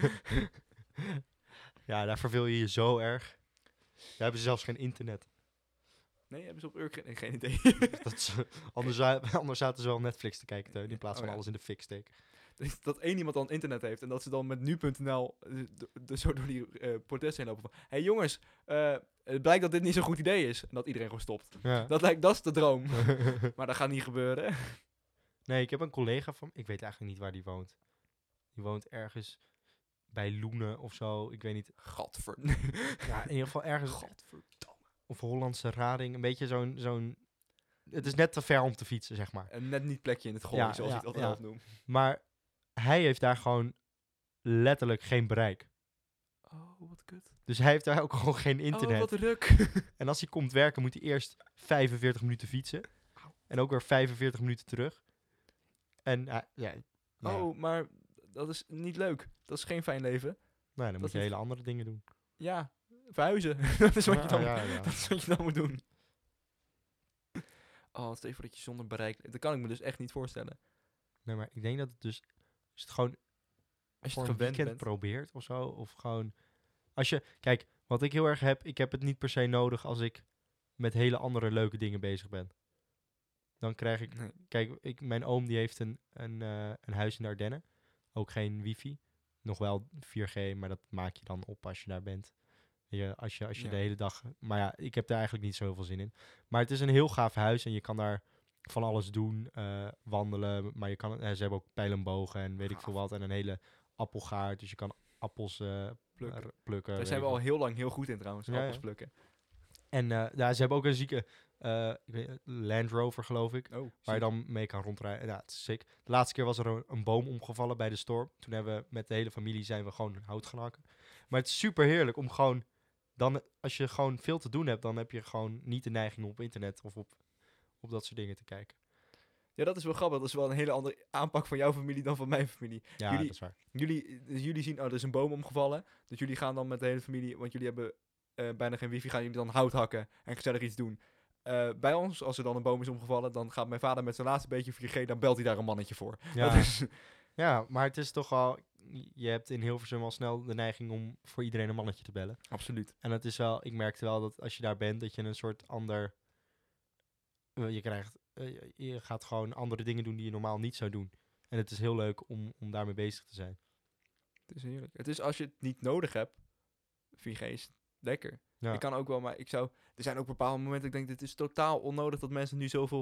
Ja, daar verveel je je zo erg. Daar hebben ze zelfs geen internet. Nee, hebben ze op Urk geen, geen idee. Dat is, anders, zou- anders zaten ze wel Netflix te kijken, Teun, in plaats Oh, van ja. alles in de fik steken. Dat- dat één iemand dan internet heeft en dat ze dan met nu punt n l eh, d- d- zo door die eh protesten heen lopen van... Hé hey jongens, eh, het blijkt dat dit niet zo'n goed idee is. En dat iedereen gewoon stopt. Ja. Dat lijkt, dat is de droom. Maar dat gaat niet gebeuren. Nee, ik heb een collega van... Ik weet eigenlijk niet waar die woont. Die woont ergens bij Loenen of zo. Ik weet niet. Gadver. Ja, in ieder geval ergens... Gadverdamme. Of Hollandse Rading. Een beetje zo'n... zo'n het is net te ver om te fietsen, zeg maar. En net niet plekje in het gooi, Ja, zoals ja, ik het altijd ja. zelf noem. Maar hij heeft daar gewoon letterlijk geen bereik. Oh, wat kut. Dus hij heeft daar ook gewoon geen internet. Oh, wat ruk. En als hij komt werken, moet hij eerst vijfenveertig minuten fietsen. En ook weer vijfenveertig minuten terug. En uh, ja, nou, Oh, maar dat is niet leuk. Dat is geen fijn leven. nou, dan dat moet je is- hele andere dingen doen. Ja, verhuizen. dat, is wat je Ja, dan, ja, ja. dat is wat je dan moet doen. Oh, stel je voor dat je zonder bereik... Dat kan ik me dus echt niet voorstellen. Nee, maar ik denk dat het dus... Als je het gewoon Als je voor het een gewend weekend bent. probeert of zo. Of gewoon... Als je... Kijk, wat ik heel erg heb... Ik heb het niet per se nodig als ik met hele andere leuke dingen bezig ben. Dan krijg ik... Nee. Kijk, ik, mijn oom die heeft een, een, eh, een huis in de Ardennen. Ook geen wifi. Nog wel vier G, maar dat maak je dan op als je daar bent. Je, als je, als je Ja. de hele dag... Maar ja, ik heb daar eigenlijk niet zo heel veel zin in. Maar het is een heel gaaf huis en je kan daar van alles doen. eh, wandelen, maar je kan... eh, ze hebben ook pijlenbogen en weet ik veel wat. En een hele appelgaard, dus je kan appels eh, Plukken. r- plukken. Daar weet zijn we ik al wat. heel lang heel goed in trouwens, Ja, ja. appels plukken. En eh, ja, ze hebben ook een zieke eh, ik weet, Land Rover, geloof ik. Oh, Waar je dan mee kan rondrijden. Ja, het is sick. De laatste keer was er een, een boom omgevallen bij de storm. Toen hebben we met de hele familie zijn we gewoon hout gaan hakken. Maar het is super heerlijk om gewoon... Dan, als je gewoon veel te doen hebt, dan heb je gewoon niet de neiging om op internet of op, op dat soort dingen te kijken. Ja, dat is wel grappig. Dat is wel een hele andere aanpak van jouw familie dan van mijn familie. Ja, Jullie- dat is waar. Jullie, dus jullie zien, oh, er is een boom omgevallen. Dus jullie gaan dan met de hele familie, want jullie hebben eh, bijna geen wifi, gaan jullie dan hout hakken en gezellig iets doen. Eh, bij ons, als er dan een boom is omgevallen, dan gaat mijn vader met zijn laatste beetje vier G, dan belt hij daar een mannetje voor. Ja. Dat is, Ja, maar het is toch al... Je hebt in Hilversum al snel de neiging om voor iedereen een mannetje te bellen. absoluut. En het is wel... Ik merkte wel dat als je daar bent, dat je een soort ander... eh, Je krijgt... eh, je- je gaat gewoon andere dingen doen die je normaal niet zou doen. En het is heel leuk om, om daarmee bezig te zijn. Het is heerlijk. Het is als je het niet nodig hebt, vier G is lekker. Ja. Ik kan ook wel, maar ik zou... Er zijn ook bepaalde momenten, ik denk, dit is totaal onnodig dat mensen nu zoveel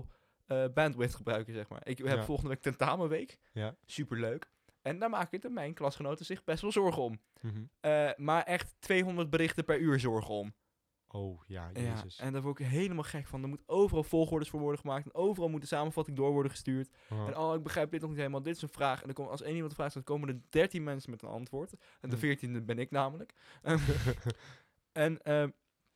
uh, bandwidth gebruiken, zeg maar. Ik heb Ja. volgende week tentamenweek. Ja. Superleuk. En daar maken mijn klasgenoten zich best wel zorgen om. Mhm. Uh, maar echt tweehonderd berichten per uur zorgen om. Oh, ja, Ja, jezus. en daar word ik helemaal gek van. Er moet overal volgordes voor worden gemaakt. En overal moet de samenvatting door worden gestuurd. Oh. En oh, ik begrijp dit nog niet helemaal. Dit is een vraag. En dan komt, als één iemand een vraag stelt, komen er dertien mensen met een antwoord. En de Hm. veertiende ben ik namelijk. Um, en uh,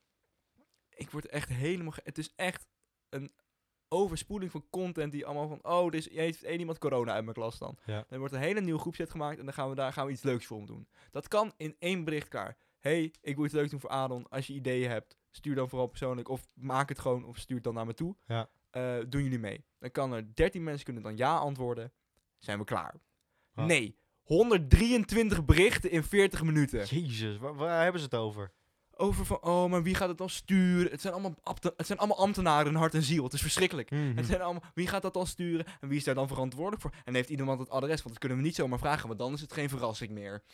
ik word echt helemaal... Ge- het is echt een overspoeling van content die allemaal van... Oh, er is, heeft één iemand corona uit mijn klas dan. Ja. Dan wordt een hele nieuwe groepset gemaakt en dan gaan we daar gaan we iets leuks voor hem doen. Dat kan in één bericht klaar. Hey, ik wil iets leuks doen voor Adon. Als je ideeën hebt, stuur dan vooral persoonlijk. Of maak het gewoon of stuur het dan naar me toe. Ja. Uh, doen jullie mee. Dan kan er dertien mensen kunnen dan ja antwoorden. Zijn we klaar. Ah. Nee, honderddrieëntwintig berichten in veertig minuten. Jezus, waar, waar hebben ze het over? Over van, oh, maar wie gaat het dan sturen? Het zijn allemaal, abte- het zijn allemaal ambtenaren in hart en ziel. Het is verschrikkelijk. Mhm. Het zijn allemaal, wie gaat dat dan sturen? En wie is daar dan verantwoordelijk voor? En heeft iemand het adres? Want dat kunnen we niet zomaar vragen, want dan is het geen verrassing meer.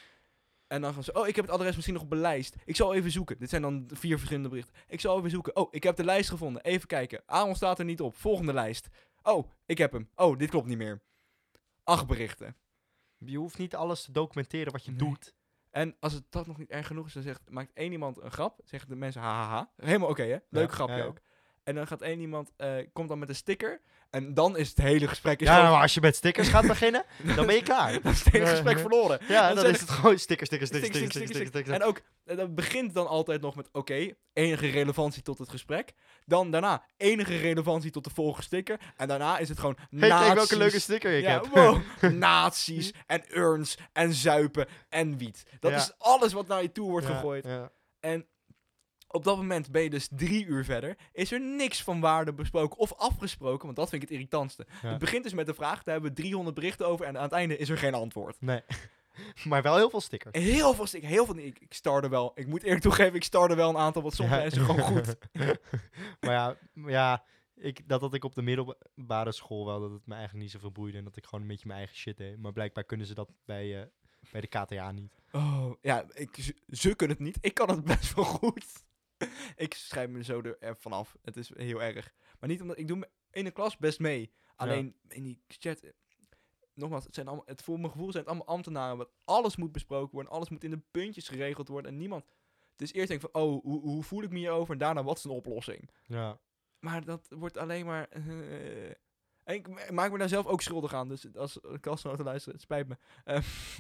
En dan gaan ze, oh, ik heb het adres misschien nog op een lijst. Ik zal even zoeken. Dit zijn dan vier verschillende berichten. Ik zal even zoeken. Oh, ik heb de lijst gevonden. Even kijken. Aaron staat er niet op. Volgende lijst. Oh, ik heb hem. Oh, dit klopt niet meer. Acht berichten. Je hoeft niet alles te documenteren wat je Nee. doet. En als het dat nog niet erg genoeg is, dan zegt, maakt één iemand een grap. Zeggen de mensen, hahaha. Helemaal oké, hè? Leuk Ja, grapje ja, ja. ook. En dan gaat één iemand, uh, komt dan met een sticker. En dan is het hele gesprek... Is Ja, gewoon- maar als je met stickers gaat beginnen, dan ben je klaar. dan is het hele gesprek verloren. Ja, Dan dan zijn is het gewoon sticker, sticker, sticker, Stik, sticker, stik, sticker, stik, sticker, stik. sticker. En ook, eh, dat begint dan altijd nog met, oké, enige relevantie tot het gesprek. Dan daarna, enige relevantie tot de volgende sticker. En daarna is het gewoon Hey, nazi's. kijk welke leuke sticker ik ja, heb. wow, nazi's en urns en zuipen en wiet. Dat Ja. is alles wat naar je toe wordt Ja, gegooid. ja. En op dat moment ben je dus drie uur verder. Is er niks van waarde besproken of afgesproken. Want dat vind ik het irritantste. Ja. Het begint dus met de vraag. Daar hebben we driehonderd berichten over. En aan het einde is er geen antwoord. Nee. Maar wel heel veel stickers. Heel veel stikken. Heel veel. Ik, ik starde wel. Ik moet eerlijk toegeven. Ik starde wel een aantal. Want soms Ja. zijn ze gewoon goed. Maar ja, maar ja ik, dat had ik op de middelbare school wel, dat het me eigenlijk niet zoveel boeide. En dat ik gewoon een beetje mijn eigen shit deed. Maar blijkbaar kunnen ze dat bij, uh, bij de K T A niet. Oh, ja. Ik, ze, ze kunnen het niet. Ik kan het best wel goed. Ik schrijf me zo er er vanaf. Het is heel erg. Maar niet omdat... Ik doe me in de klas best mee. Alleen in die chat... Nogmaals, het, zijn allemaal, het voor mijn gevoel zijn het allemaal ambtenaren. Want alles moet besproken worden. Alles moet in de puntjes geregeld worden. En niemand... Het is eerst denk ik van... Oh, hoe, hoe voel ik me hierover? En daarna, wat is een oplossing? Ja. Maar dat wordt alleen maar... Uh, en ik m- maak me daar zelf ook schuldig aan. Dus als klasgenoten luisteren, het spijt me. Uh,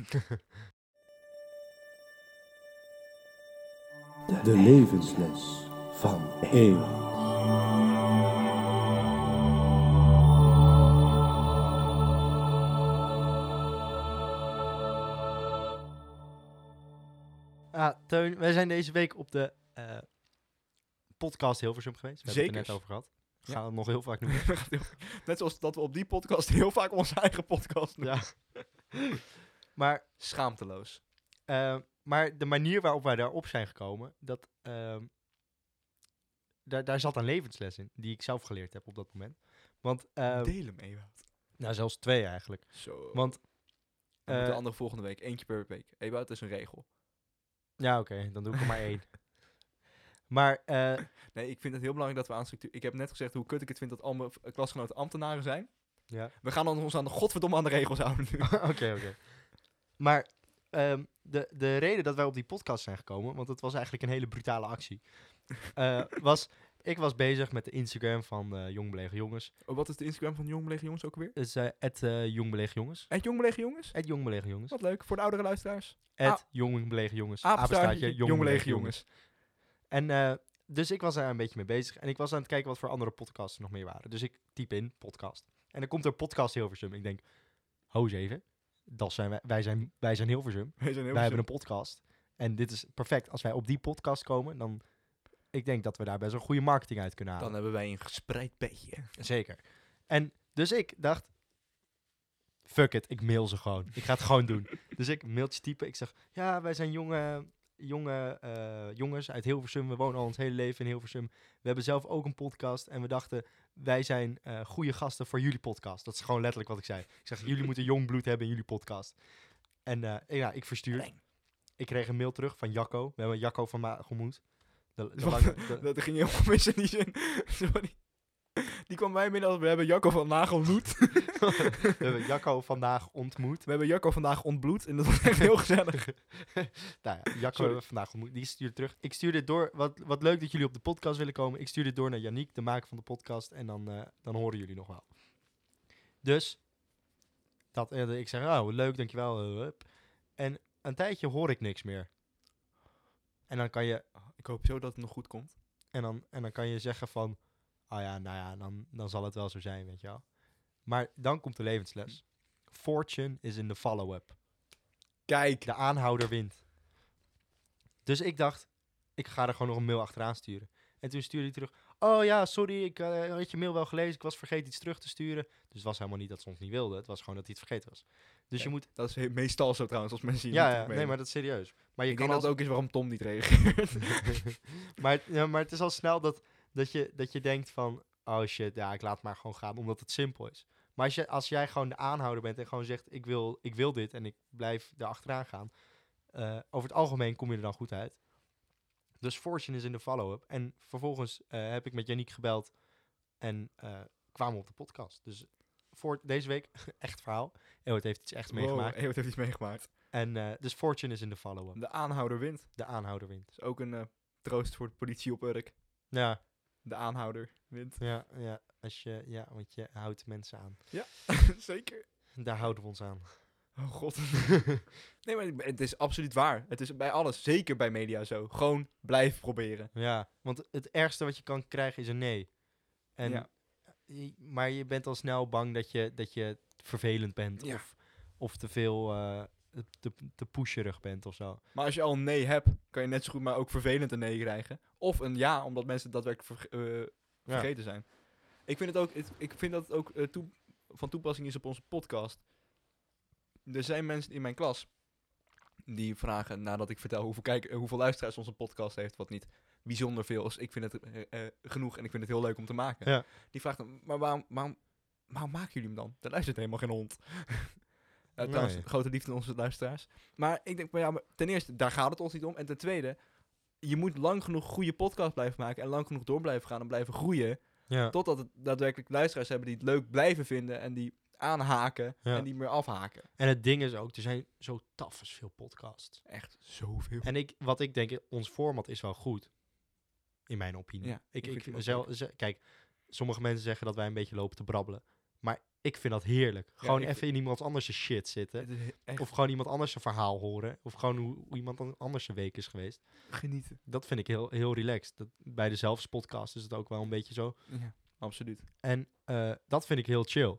De levensles van Eeuw. Ah, Teun, wij zijn deze week op de uh, podcast Hilversum geweest. We hebben het er net Zekers. over gehad. We Ja. gaan het nog heel vaak doen. Net zoals dat we op die podcast heel vaak onze eigen podcast doen. Ja. Maar, Schaamteloos. uh, maar de manier waarop wij daarop zijn gekomen, dat, uh, daar, daar zat een levensles in, die ik zelf geleerd heb op dat moment. Want, uh, Deel hem, Ewout. nou zelfs twee eigenlijk. Zo. Want, Dan moet uh, de andere volgende week. Eentje per week. Ewout is een regel. ja oké, okay, dan doe ik er maar één. Maar, uh, Nee, ik vind het heel belangrijk dat we aan structuur... Ik heb net gezegd hoe kut ik het vind dat al mijn v- klasgenoten ambtenaren zijn. ja. We gaan dan ons aan de godverdomme aan de regels houden nu. Oké, oké. Okay. Maar um, de, de reden dat wij op die podcast zijn gekomen, want het was eigenlijk een hele brutale actie, uh, was, ik was bezig met de Instagram van uh, Jong Belegen Jongens. Oh, wat is de Instagram van Jong Belegen Jongens ook weer? Het is at uh, uh, Jong Belegen Jongens. En Jong Belegen Jongens? At Jong Belegen Jongens. Wat leuk, voor de oudere luisteraars. At Ah. Jong Belegen Jongens. Apenstaartje, Jong Belegen Jongens. En uh, dus ik was daar een beetje mee bezig. En ik was aan het kijken wat voor andere podcasts er nog meer waren. Dus ik typ in podcast. En dan komt er podcast Hilversum. Ik denk, ho eens even. Dat zijn wij, wij, zijn, wij zijn Hilversum. Wij zijn heel Wij hebben een podcast. En dit is perfect. Als wij op die podcast komen, dan... Ik denk dat we daar best een goede marketing uit kunnen halen. Dan hebben wij een gespreid beetje. Zeker. En dus ik dacht... Fuck it, ik mail ze gewoon. Ik ga het gewoon doen. Dus ik mailtje typen. Ik zeg, ja, wij zijn jonge, jonge uh, jongens uit Hilversum. We wonen al ons hele leven in Hilversum. We hebben zelf ook een podcast. En we dachten, wij zijn uh, goede gasten voor jullie podcast. Dat is gewoon letterlijk wat ik zei. Ik zeg, jullie moeten jong bloed hebben in jullie podcast. En uh, ja, ik verstuur. Ik kreeg een mail terug van Jacco. We hebben Jacco van Magemoed. De, de lange, de, Dat ging heel mis in die zin. Sorry. Die kwam mij binnen als we hebben Jacco vandaag ontmoet. We hebben Jacco vandaag ontmoet. We hebben Jacco vandaag ontbloed en dat was echt heel gezellig. Nou ja, Jacco Sorry. hebben we vandaag ontmoet. Die stuurde terug. Ik stuur dit door. Wat, wat leuk dat jullie op de podcast willen komen. Ik stuur dit door naar Yannick, de maker van de podcast. En dan, eh, dan horen jullie nog wel. Dus, dat, eh, ik zeg, oh, leuk, dankjewel. eh, hup. En een tijdje hoor ik niks meer. En dan kan je, Ik hoop zo dat het nog goed komt. en dan, en dan kan je zeggen van, oh ja, nou ja, dan, dan zal het wel zo zijn, weet je wel. Maar dan komt de levensles. Fortune is in de follow-up. Kijk. De aanhouder wint. Dus ik dacht, ik ga er gewoon nog een mail achteraan sturen. En toen stuurde hij terug, oh ja, sorry, ik eh, had je mail wel gelezen. Ik was vergeten iets terug te sturen. Dus het was helemaal niet dat ze ons niet wilden. Het was gewoon dat hij het vergeten was. Dus je Ja, moet... Dat is he- meestal zo trouwens, als mensen hier Ja, niet ja, terugmailen. nee, maar dat is serieus. Maar je Ik kan denk dat als... het ook is waarom Tom niet reageert. maar, ja, maar het is al snel dat, dat, je, dat je denkt van... Oh shit, ja, ik laat het maar gewoon gaan, omdat het simpel is. Maar als, je, als jij gewoon de aanhouder bent en gewoon zegt... Ik wil, ik wil dit en ik blijf er achteraan gaan... Uh, over het algemeen kom je er dan goed uit. Dus Fortune is in de follow-up. En vervolgens uh, heb ik met Yannick gebeld... En uh, kwamen we op de podcast. Dus voor deze week, echt verhaal. Ewout heeft iets echt Wow, meegemaakt. Ewout heeft iets meegemaakt. En uh, dus Fortune is in de follow-up. De aanhouder wint. De aanhouder wint. Dat is ook een uh, troost voor de politie op Urk. Ja, De aanhouder wint. ja, ja, als je, ja, want je houdt mensen aan. Ja, zeker. Daar houden we ons aan. Oh god. Nee, maar het is absoluut waar. Het is bij alles, zeker bij media zo. Gewoon blijf proberen. Ja, want het ergste wat je kan krijgen is een nee. En, Ja. je- maar je bent al snel bang dat je, dat je vervelend bent. Ja. Of, of te veel uh, te, te pusherig bent of zo. Maar als je al een nee hebt, kan je net zo goed maar ook vervelend een nee krijgen. Of een ja, omdat mensen het daadwerkelijk verge- uh, vergeten zijn. Ik vind het ook, het, ik vind dat het ook uh, toe, van toepassing is op onze podcast. Er zijn mensen in mijn klas die vragen, nadat ik vertel hoeveel, kijk, uh, hoeveel luisteraars onze podcast heeft, wat niet bijzonder veel is. Ik vind het uh, uh, genoeg en ik vind het heel leuk om te maken. Ja. Die vraagt dan, maar waarom, waarom, waarom maken jullie hem dan? Er luistert helemaal geen hond. uh, Nee. trouwens, grote liefde aan onze luisteraars. Maar ik denk, maar ja, maar ten eerste, daar gaat het ons niet om. En ten tweede, je moet lang genoeg goede podcast blijven maken en lang genoeg door blijven gaan en blijven groeien. Ja. Totdat het daadwerkelijk luisteraars hebben die het leuk blijven vinden en die aanhaken Ja. en niet meer afhaken. En het ding is ook, er zijn zo tafels veel podcasts. Echt zoveel. En ik, wat ik denk, ons format is wel goed. In mijn opinie. Ja, ik, ik vind ik, het ook zelf, ze- kijk, sommige mensen zeggen dat wij een beetje lopen te brabbelen. Maar ik vind dat heerlijk. Gewoon ik even in iemand anders zijn shit zitten. Het is he- echt Of gewoon iemand anders zijn verhaal horen. Of gewoon hoe, hoe iemand an- anders zijn week is geweest. genieten. Dat vind ik heel, heel relaxed. Dat, bij de Zelfs podcast is het ook wel een beetje zo. Ja, absoluut. En eh, dat vind ik heel chill.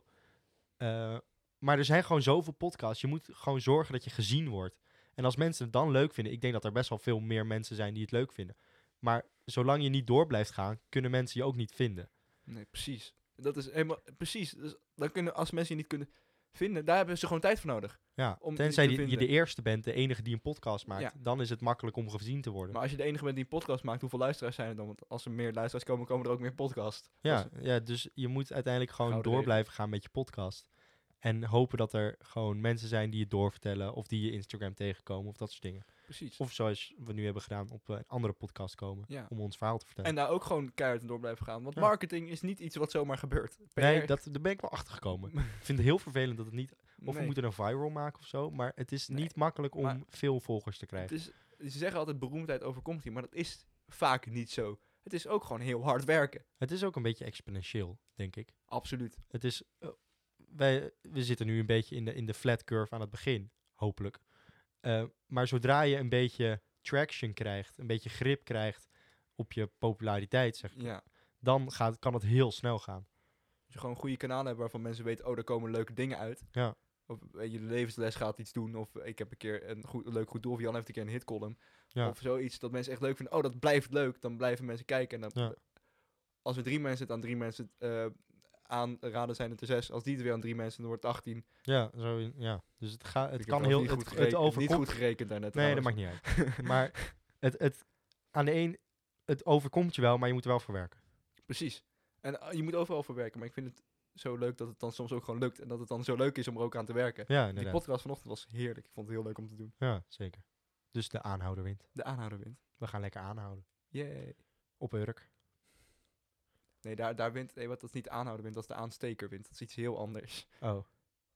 Eh, maar er zijn gewoon zoveel podcasts. Je moet gewoon zorgen dat je gezien wordt. En als mensen het dan leuk vinden... Ik denk dat er best wel veel meer mensen zijn die het leuk vinden. Maar zolang je niet door blijft gaan... kunnen mensen je ook niet vinden. Nee, precies. Dat is helemaal precies. Dus dan kunnen, als mensen je niet kunnen vinden, daar hebben ze gewoon tijd voor nodig. Ja, Om tenzij je te die- je vinden. de eerste bent, de enige die een podcast maakt... Ja. dan is het makkelijk om gezien te worden. Maar als je de enige bent die een podcast maakt, hoeveel luisteraars zijn er dan? Want als er meer luisteraars komen, komen er ook meer podcasts. ja, Dus- ja, dus je moet uiteindelijk gewoon Gouden door regel. blijven gaan met je podcast. En hopen dat er gewoon mensen zijn die het doorvertellen... of die je Instagram tegenkomen of dat soort dingen. precies. Of zoals we nu hebben gedaan op een andere podcast komen... Ja. om ons verhaal te vertellen. En daar ook gewoon keihard in door blijven gaan. Want Ja. marketing is niet iets wat zomaar gebeurt. P R Nee, dat, daar ben ik wel achter gekomen. ik vind het heel vervelend dat het niet... Of we nee. moeten een viral maken of zo. Maar het is Nee, niet makkelijk om maar- veel volgers te Het krijgen. is, ze zeggen altijd beroemdheid overkomt hier, maar dat is vaak niet zo. Het is ook gewoon heel hard werken. Het is ook een beetje exponentieel, denk ik. Absoluut. Het is... eh, wij, we zitten nu een beetje in de, in de flat curve aan het begin. Hopelijk. Eh, maar zodra je een beetje traction krijgt... een beetje grip krijgt op je populariteit, zeg ik, Ja. dan gaat, kan het heel snel gaan. Als je gewoon goede kanalen hebt waarvan mensen weten, oh, daar komen leuke dingen uit. Ja. Of weet je, de levensles gaat iets doen. Of ik heb een keer een, goed, een leuk goed doel. Of Jan heeft een keer een hitcolumn. Ja. Of zoiets dat mensen echt leuk vinden. Oh, dat blijft leuk. Dan blijven mensen kijken. En dan, Ja. als er drie mensen het aan drie mensen eh, aanraden, zijn het er zes. Als die het weer aan drie mensen, dan wordt het achttien. Ja, zo, in- ja. Dus het, ga, het Ik kan heb heel... niet Het, goed het gereken- overkomt... Niet goed gerekend daarnet. Nee, dat trouwens. maakt niet uit. maar het, het, aan de een... Het overkomt je wel, maar je moet er wel voor werken. Precies. En eh, je moet overal voor werken. Maar ik vind het zo leuk dat het dan soms ook gewoon lukt. En dat het dan zo leuk is om er ook aan te werken. Ja, Die inderdaad. podcast vanochtend was heerlijk. Ik vond het heel leuk om te doen. Ja, zeker. Dus de aanhouder wint. De aanhouder wint. We gaan lekker aanhouden. Yay. Op Urk. Nee, daar, daar wint... Nee, wat dat is niet de aanhouder wint, dat is de aansteker wint. Dat is iets heel anders. Oh. Oh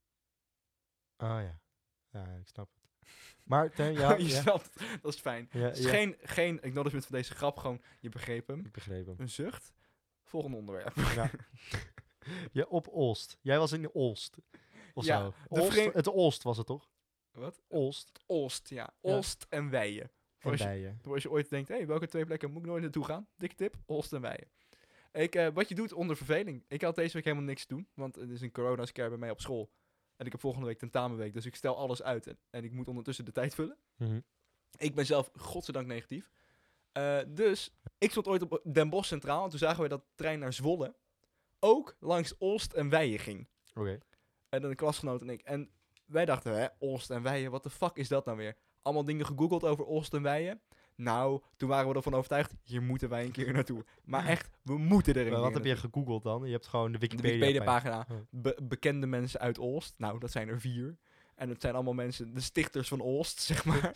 ja. Ja, ik snap het. Maar, Teun, ja, je ja, snapt het. Dat is fijn. ja, Het is ja. geen, geen acknowledgement van deze grap, gewoon, je begreep hem. Ik begreep hem. Een zucht. Volgende onderwerp. Ja. Ja, op Olst. Jij was in Olst. Of Ja, zo. de Olst, vreem- Het Olst was het toch? Wat? Olst Olst, ja. Olst en Weijen. en Voor als, je, Bijen. voor als je ooit denkt, hé, hey, welke twee plekken moet ik nooit naartoe gaan? Dikke tip, Olst en Weijen. Ik, eh, wat je doet onder verveling. Ik had deze week helemaal niks te doen, want het is een corona-scare bij mij op school. En ik heb volgende week tentamenweek, dus ik stel alles uit en, en ik moet ondertussen de tijd vullen. Mhm. Ik ben zelf godzijdank negatief. Eh, dus ik stond ooit op Den Bosch Centraal en toen zagen we dat de trein naar Zwolle ook langs Olst en Weijen ging. Oké. En dan de klasgenoot en ik. En wij dachten, hè, Olst en Weijen, wat de fuck is dat nou weer? Allemaal dingen gegoogeld over Olst en Weijen. Nou, toen waren we ervan overtuigd, hier moeten wij een keer naartoe. Maar echt, we moeten er een Maar keer wat heb je naartoe. gegoogeld dan? Je hebt gewoon de De Wikipedia. Wikipedia-pagina. Oh. Be- bekende mensen uit Olst. Nou, dat zijn er vier. En het zijn allemaal mensen, de stichters van Olst, zeg maar.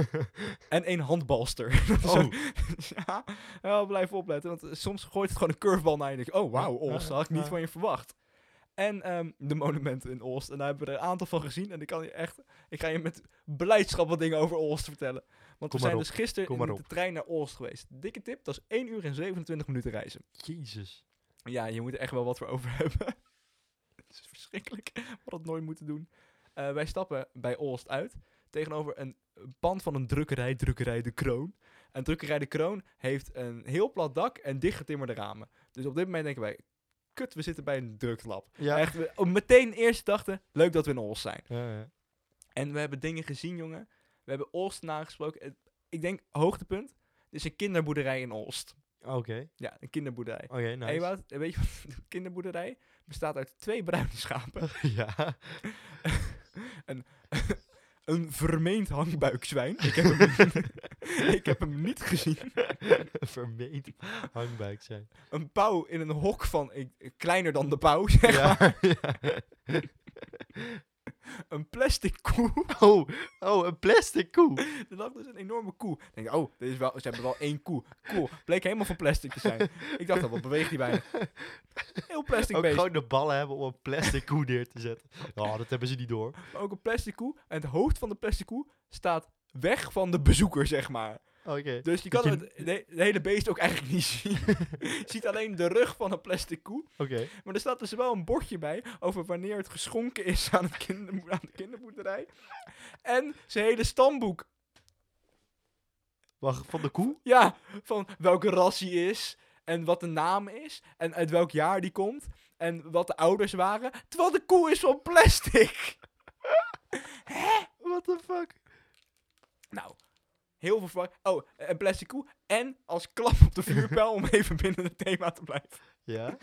En één handbalster. Dat is Oh. ook- ja, wel blijven opletten. Want soms gooit het gewoon een curveball naar je. En denk je, oh wauw, Olst, dat had ik niet Ja. van je verwacht. En ehm, de monumenten in Olst. En daar hebben we er een aantal van gezien. En ik kan je echt, ik ga je met blijdschap wat dingen over Olst vertellen. Want Kom we zijn maar dus gisteren Kom in maar de op. trein naar Olst geweest. Dikke tip, dat is één uur en zevenentwintig minuten reizen. Jezus. Ja, je moet er echt wel wat voor over hebben. Het is verschrikkelijk. We hadden het nooit moeten doen. Eh, wij stappen bij Olst uit. Tegenover een pand van een drukkerij, drukkerij De Kroon. En drukkerij De Kroon heeft een heel plat dak en dichtgetimmerde ramen. Dus op dit moment denken wij, kut, we zitten bij een druklab. Ja. Echt, we, oh, meteen eerst dachten, leuk dat we in Olst zijn. Ja, ja. En we hebben dingen gezien, jongen. We hebben Olst nagesproken. Het- Ik denk, hoogtepunt, er is een kinderboerderij in Olst. Oké. Ja, een kinderboerderij. Oké, nice. Hey, Wout, weet je wat de kinderboerderij bestaat uit twee bruine schapen, Ja. een, een vermeend hangbuikzwijn. Ik heb hem, ik heb hem niet gezien. Vermeend hangbuik zijn. Een pauw in een hok van ik, kleiner dan de pauw, zeg maar. Ja. ja. Een plastic koe. Oh, oh, een plastic koe. Er lag dus een enorme koe. Ik denk, oh, dit is wel, ze hebben wel één koe. Cool. Bleek helemaal van plastic te zijn. Ik dacht, wat beweegt die bijna? Heel plastic Ook beest. gewoon de ballen hebben om een plastic koe neer te zetten. Oh, dat hebben ze niet door. Maar ook een plastic koe. En het hoofd van de plastic koe staat weg van de bezoeker, zeg maar. Oké. Dus je kan je- het, de, de hele beest ook eigenlijk niet zien. Je ziet alleen de rug van een plastic koe. Oké. Maar er staat dus wel een bordje bij over wanneer het geschonken is aan, het kindermo- aan de kinderboerderij. En zijn hele stamboek. Wacht, van de koe? Ja, van welke ras hij is. En wat de naam is. En uit welk jaar die komt. En wat de ouders waren. Terwijl de koe is van plastic. What the fuck? Nou, heel veel verwarring. Oh, een plastic koe. En als klap op de vuurpijl om even binnen het thema te blijven. Ja?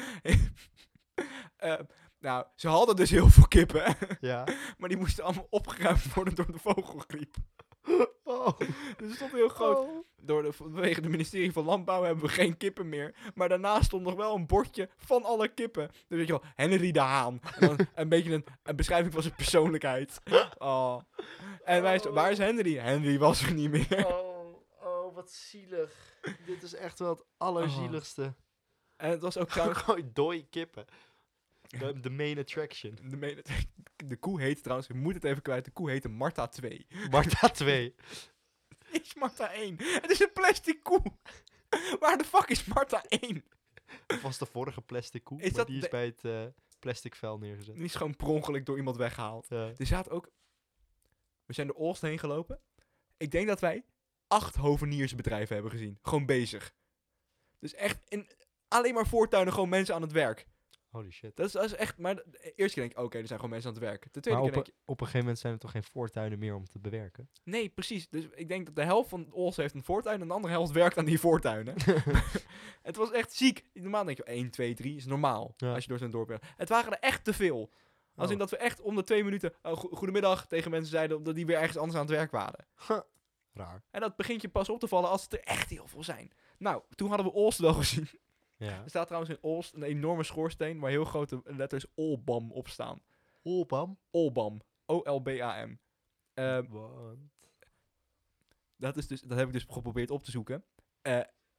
Eh, nou, ze hadden dus heel veel kippen. Ja. Maar die moesten allemaal opgeruimd worden door de vogelgriep. Oh. Dus het stond heel groot. Oh. Door de, vanwege het ministerie van Landbouw hebben we geen kippen meer. Maar daarnaast stond nog wel een bordje van alle kippen. Dus weet je wel, Henry de Haan. En dan een beetje een, een beschrijving van zijn persoonlijkheid. Oh. En wij zo, waar is Henry? Henry was er niet meer. Oh, oh, wat zielig. Dit is echt wel het allerzieligste. En het was ook trouwens... Gewoon dode kippen. De, de main attraction. De, mene- de koe heette trouwens, ik moet het even kwijt, de koe heette Marta twee. Marta twee. Is Marta één? Het is een plastic koe. Waar de fuck is Marta één? Dat was de vorige plastic koe. Is maar dat die is de- bij het eh, plastic vuil neergezet. Die is gewoon per ongeluk door iemand weggehaald. Ja. Er zaten ook... We zijn door Olst heen gelopen. Ik denk dat wij acht hoveniersbedrijven hebben gezien. Gewoon bezig. Dus echt in alleen maar voortuinen gewoon mensen aan het werk. Holy shit. Dat is, dat is echt... Maar de, de eerste keer denk ik, oké, er zijn gewoon mensen aan het werk. De tweede Maar keer op, denk een- op een gegeven moment zijn er toch geen voortuinen meer om te bewerken? je... Nee, precies. Dus ik denk dat de helft van Olst heeft een voortuin en de andere helft werkt aan die voortuinen. Het was echt ziek. Normaal denk je, één, twee, drie is normaal. Ja. Als je door zo'n dorp bent. Het waren er echt te veel. Als Oh. in dat we echt om de twee minuten oh, go- goedemiddag tegen mensen zeiden dat die weer ergens anders aan het werk waren. Raar. En dat begint je pas op te vallen als het er echt heel veel zijn. Nou, toen hadden we Olst wel gezien. Ja. Er staat trouwens in Olst een enorme schoorsteen waar heel grote letters Olbam op staan. Olbam. Olbam. O L B A M. Eh, Want... dat, is dus, dat heb ik dus geprobeerd op te zoeken. Eh,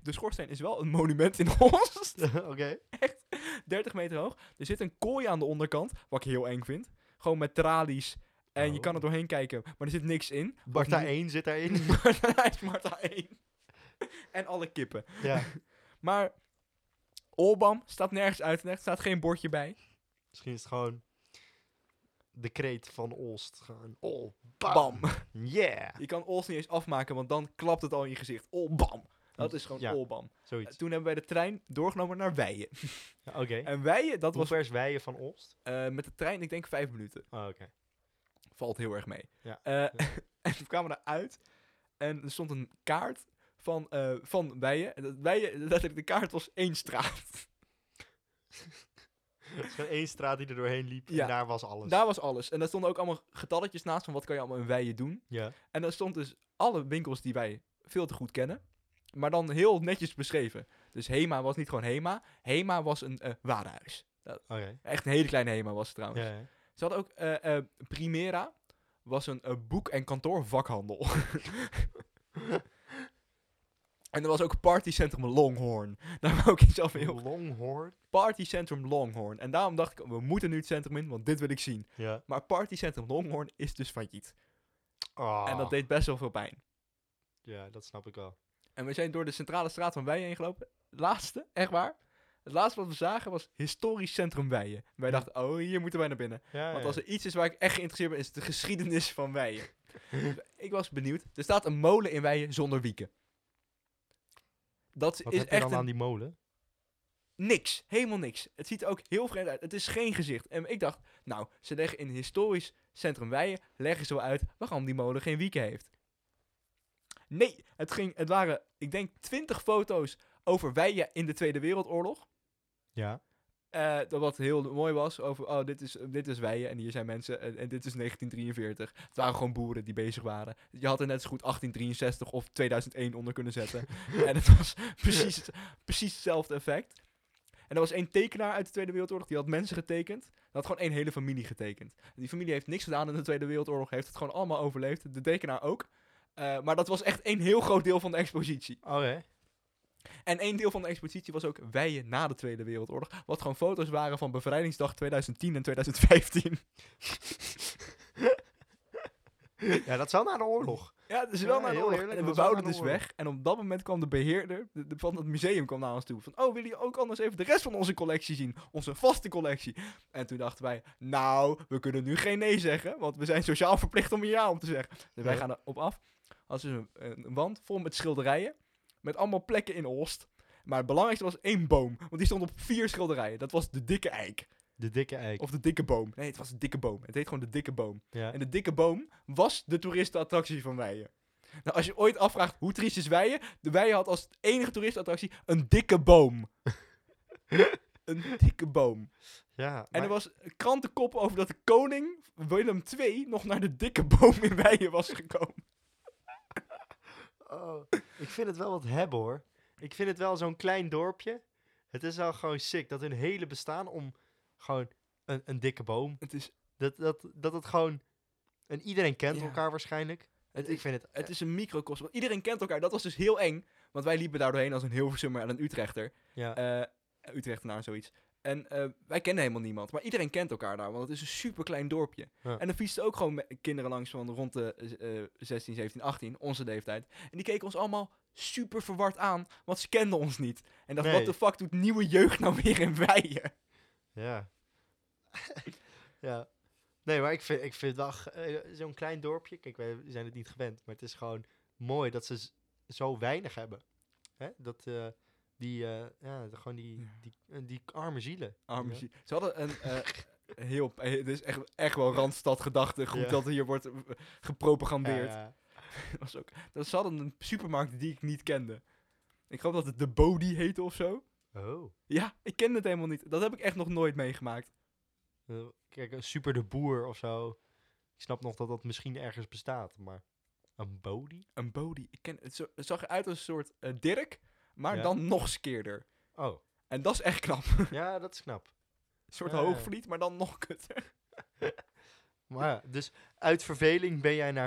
De schoorsteen is wel een monument in Oost. Oké. dertig meter hoog. Er zit een kooi aan de onderkant, wat ik heel eng vind. Gewoon met tralies. En je Oh. kan er doorheen kijken, maar er zit niks in. Barta Of niet- één zit daarin. Hij is Marta één. En alle kippen. Ja. Maar Olbam staat nergens uitgelegd. staat geen bordje bij. Misschien is het gewoon de kreet van Olst. Gewoon Ol, bam. Bam. Yeah. Je kan Olst niet eens afmaken, want dan klapt het al in je gezicht. Olbam. Dat is gewoon Ja. Olbam. Zoiets. Toen hebben wij de trein doorgenomen naar Weijen. Ja, Oké. En Weijen, dat Hoe was ver is Weijen van Olst? eh, met de trein, ik denk vijf minuten. Oh, oké. Valt heel erg mee. Ja. Eh, en toen kwamen we eruit. En er stond een kaart van, eh van Weijen. En dat Weijen, letterlijk de kaart was één straat. Het is gewoon één straat die er doorheen liep Ja. en daar was alles. Daar was alles. En daar stonden ook allemaal getalletjes naast van wat kan je allemaal in Weijen doen. Ja. En daar stond dus alle winkels die wij veel te goed kennen. Maar dan heel netjes beschreven. Dus Hema was niet gewoon Hema. Hema was een eh warenhuis. Oké. Echt een hele kleine Hema was het trouwens. Ja, ja. Ze hadden ook eh, eh, Primera. Was een eh, boek- en kantoorvakhandel. En er was ook partycentrum Longhorn. Daar wou ik iets af heel... Longhorn. Partycentrum Longhorn. En daarom dacht ik, we moeten nu het centrum in, want dit wil ik zien. Ja. Maar partycentrum Longhorn is dus failliet. Oh. En dat deed best wel veel pijn. Ja, dat snap ik wel. En we zijn door de centrale straat van Weijen heen gelopen. Laatste, echt waar. Het laatste wat we zagen was historisch centrum Weijen. Wij Ja. dachten, oh, hier moeten wij naar binnen. Ja, Want ja. als er iets is waar ik echt geïnteresseerd ben, is het de geschiedenis van Weijen. Dus ik was benieuwd. Er staat een molen in Weijen zonder wieken. Dat Wat is heb je echt dan een... aan die molen? niks. Helemaal niks. Het ziet er ook heel vreemd uit. Het is geen gezicht. En ik dacht, nou, ze leggen in historisch centrum Weijen, leggen ze wel uit waarom die molen geen wieken heeft. Nee, het, ging, het waren, ik denk, twintig foto's over Weijen in de Tweede Wereldoorlog. Ja. Eh, dat wat heel mooi was over, oh, dit is, dit is Weijen en hier zijn mensen en, en dit is negentien drieënveertig. Het waren gewoon boeren die bezig waren. Je had er net zo goed achttien drieënzestig of tweeduizend één onder kunnen zetten. En het was precies, precies hetzelfde effect. En er was één tekenaar uit de Tweede Wereldoorlog, die had mensen getekend. Dat had gewoon één hele familie getekend. En die familie heeft niks gedaan in de Tweede Wereldoorlog, heeft het gewoon allemaal overleefd. De tekenaar ook. Uh, maar dat was echt één heel groot deel van de expositie. Oké. En één deel van de expositie was ook Weijen na de Tweede Wereldoorlog. Wat gewoon foto's waren van Bevrijdingsdag tweeduizend tien en tweeduizend vijftien. Ja, dat is wel na de oorlog. Ja, het is wel Ja, naar de heel oorlog. eerlijk, En dat we was wel bouwden naar de dus oorlog. weg. En op dat moment kwam de beheerder de, de- van het museum kwam naar ons toe. Van, oh, willen jullie ook anders even de rest van onze collectie zien? Onze vaste collectie. En toen dachten wij, nou, we kunnen nu geen nee zeggen. Want we zijn sociaal verplicht om een ja om te zeggen. Dus wij Ja. gaan erop af. Als dus een, een wand vol met schilderijen. Met allemaal plekken in Oost. Maar het belangrijkste was één boom. Want die stond op vier schilderijen. Dat was de dikke eik. De dikke eik. Of de dikke boom. Nee, het was de dikke boom. Het heet gewoon de dikke boom. Ja. En de dikke boom was de toeristenattractie van Weijen. Nou, als je ooit afvraagt hoe triest is Weijen, de Weijen had als enige toeristenattractie een dikke boom. Een dikke boom. Ja, En maar- er was een krantenkop over dat de koning Willem de Tweede nog naar de dikke boom in Weijen was gekomen. Oh, ik vind het wel wat hebben hoor. Ik vind het wel zo'n klein dorpje. Het is wel gewoon sick dat hun hele bestaan om gewoon een, een dikke boom. Het is, Dat, dat, dat het gewoon... En iedereen kent Ja. elkaar waarschijnlijk. het, Ik vind het... het is een microcosmos. Want iedereen kent elkaar. Dat was dus heel eng. Want wij liepen daar doorheen als een Hilversummer en een Utrechter. ja. Eh Utrechtenaar, zoiets. En eh, wij kennen helemaal niemand. Maar iedereen kent elkaar daar, want het is een super klein dorpje. Ja. En er fietsten ook gewoon me- kinderen langs van rond de eh, zestien, zeventien, achttien, onze leeftijd. En die keken ons allemaal super verward aan, want ze kenden ons niet. En dacht, Nee. wat de fuck doet nieuwe jeugd nou weer in Weijen? Ja. Ja. Nee, maar ik vind, ik vind wel g- eh, zo'n klein dorpje. Kijk, wij zijn het niet gewend. Maar het is gewoon mooi dat ze z- zo weinig hebben. Hè? Dat eh, die, eh, ja, de- gewoon die, Ja. die, eh, die arme zielen. Arme Ja. zie- Ze hadden een eh, heel... eh, Dit is echt, echt wel Randstad gedachtegoed Ja. dat hier wordt eh, gepropagandeerd. Ja, ja. Dat was ook, dat, ze hadden een supermarkt die ik niet kende. Ik geloof dat het de Bodie heette of zo. Oh. Ja, ik kende het helemaal niet. Dat heb ik echt nog nooit meegemaakt. Eh, Kijk, een super de boer of zo. Ik snap nog dat dat misschien ergens bestaat, maar een bodie? Een Bodie. Ik ken, het, zo- het zag eruit als een soort eh, Dirk, maar Ja. dan nog skeerder. Oh, En dat is echt knap. ja, dat is knap. Een soort Ja, ja. hoogvliet, maar dan nog kutter. Maar ja, dus uit verveling ben jij naar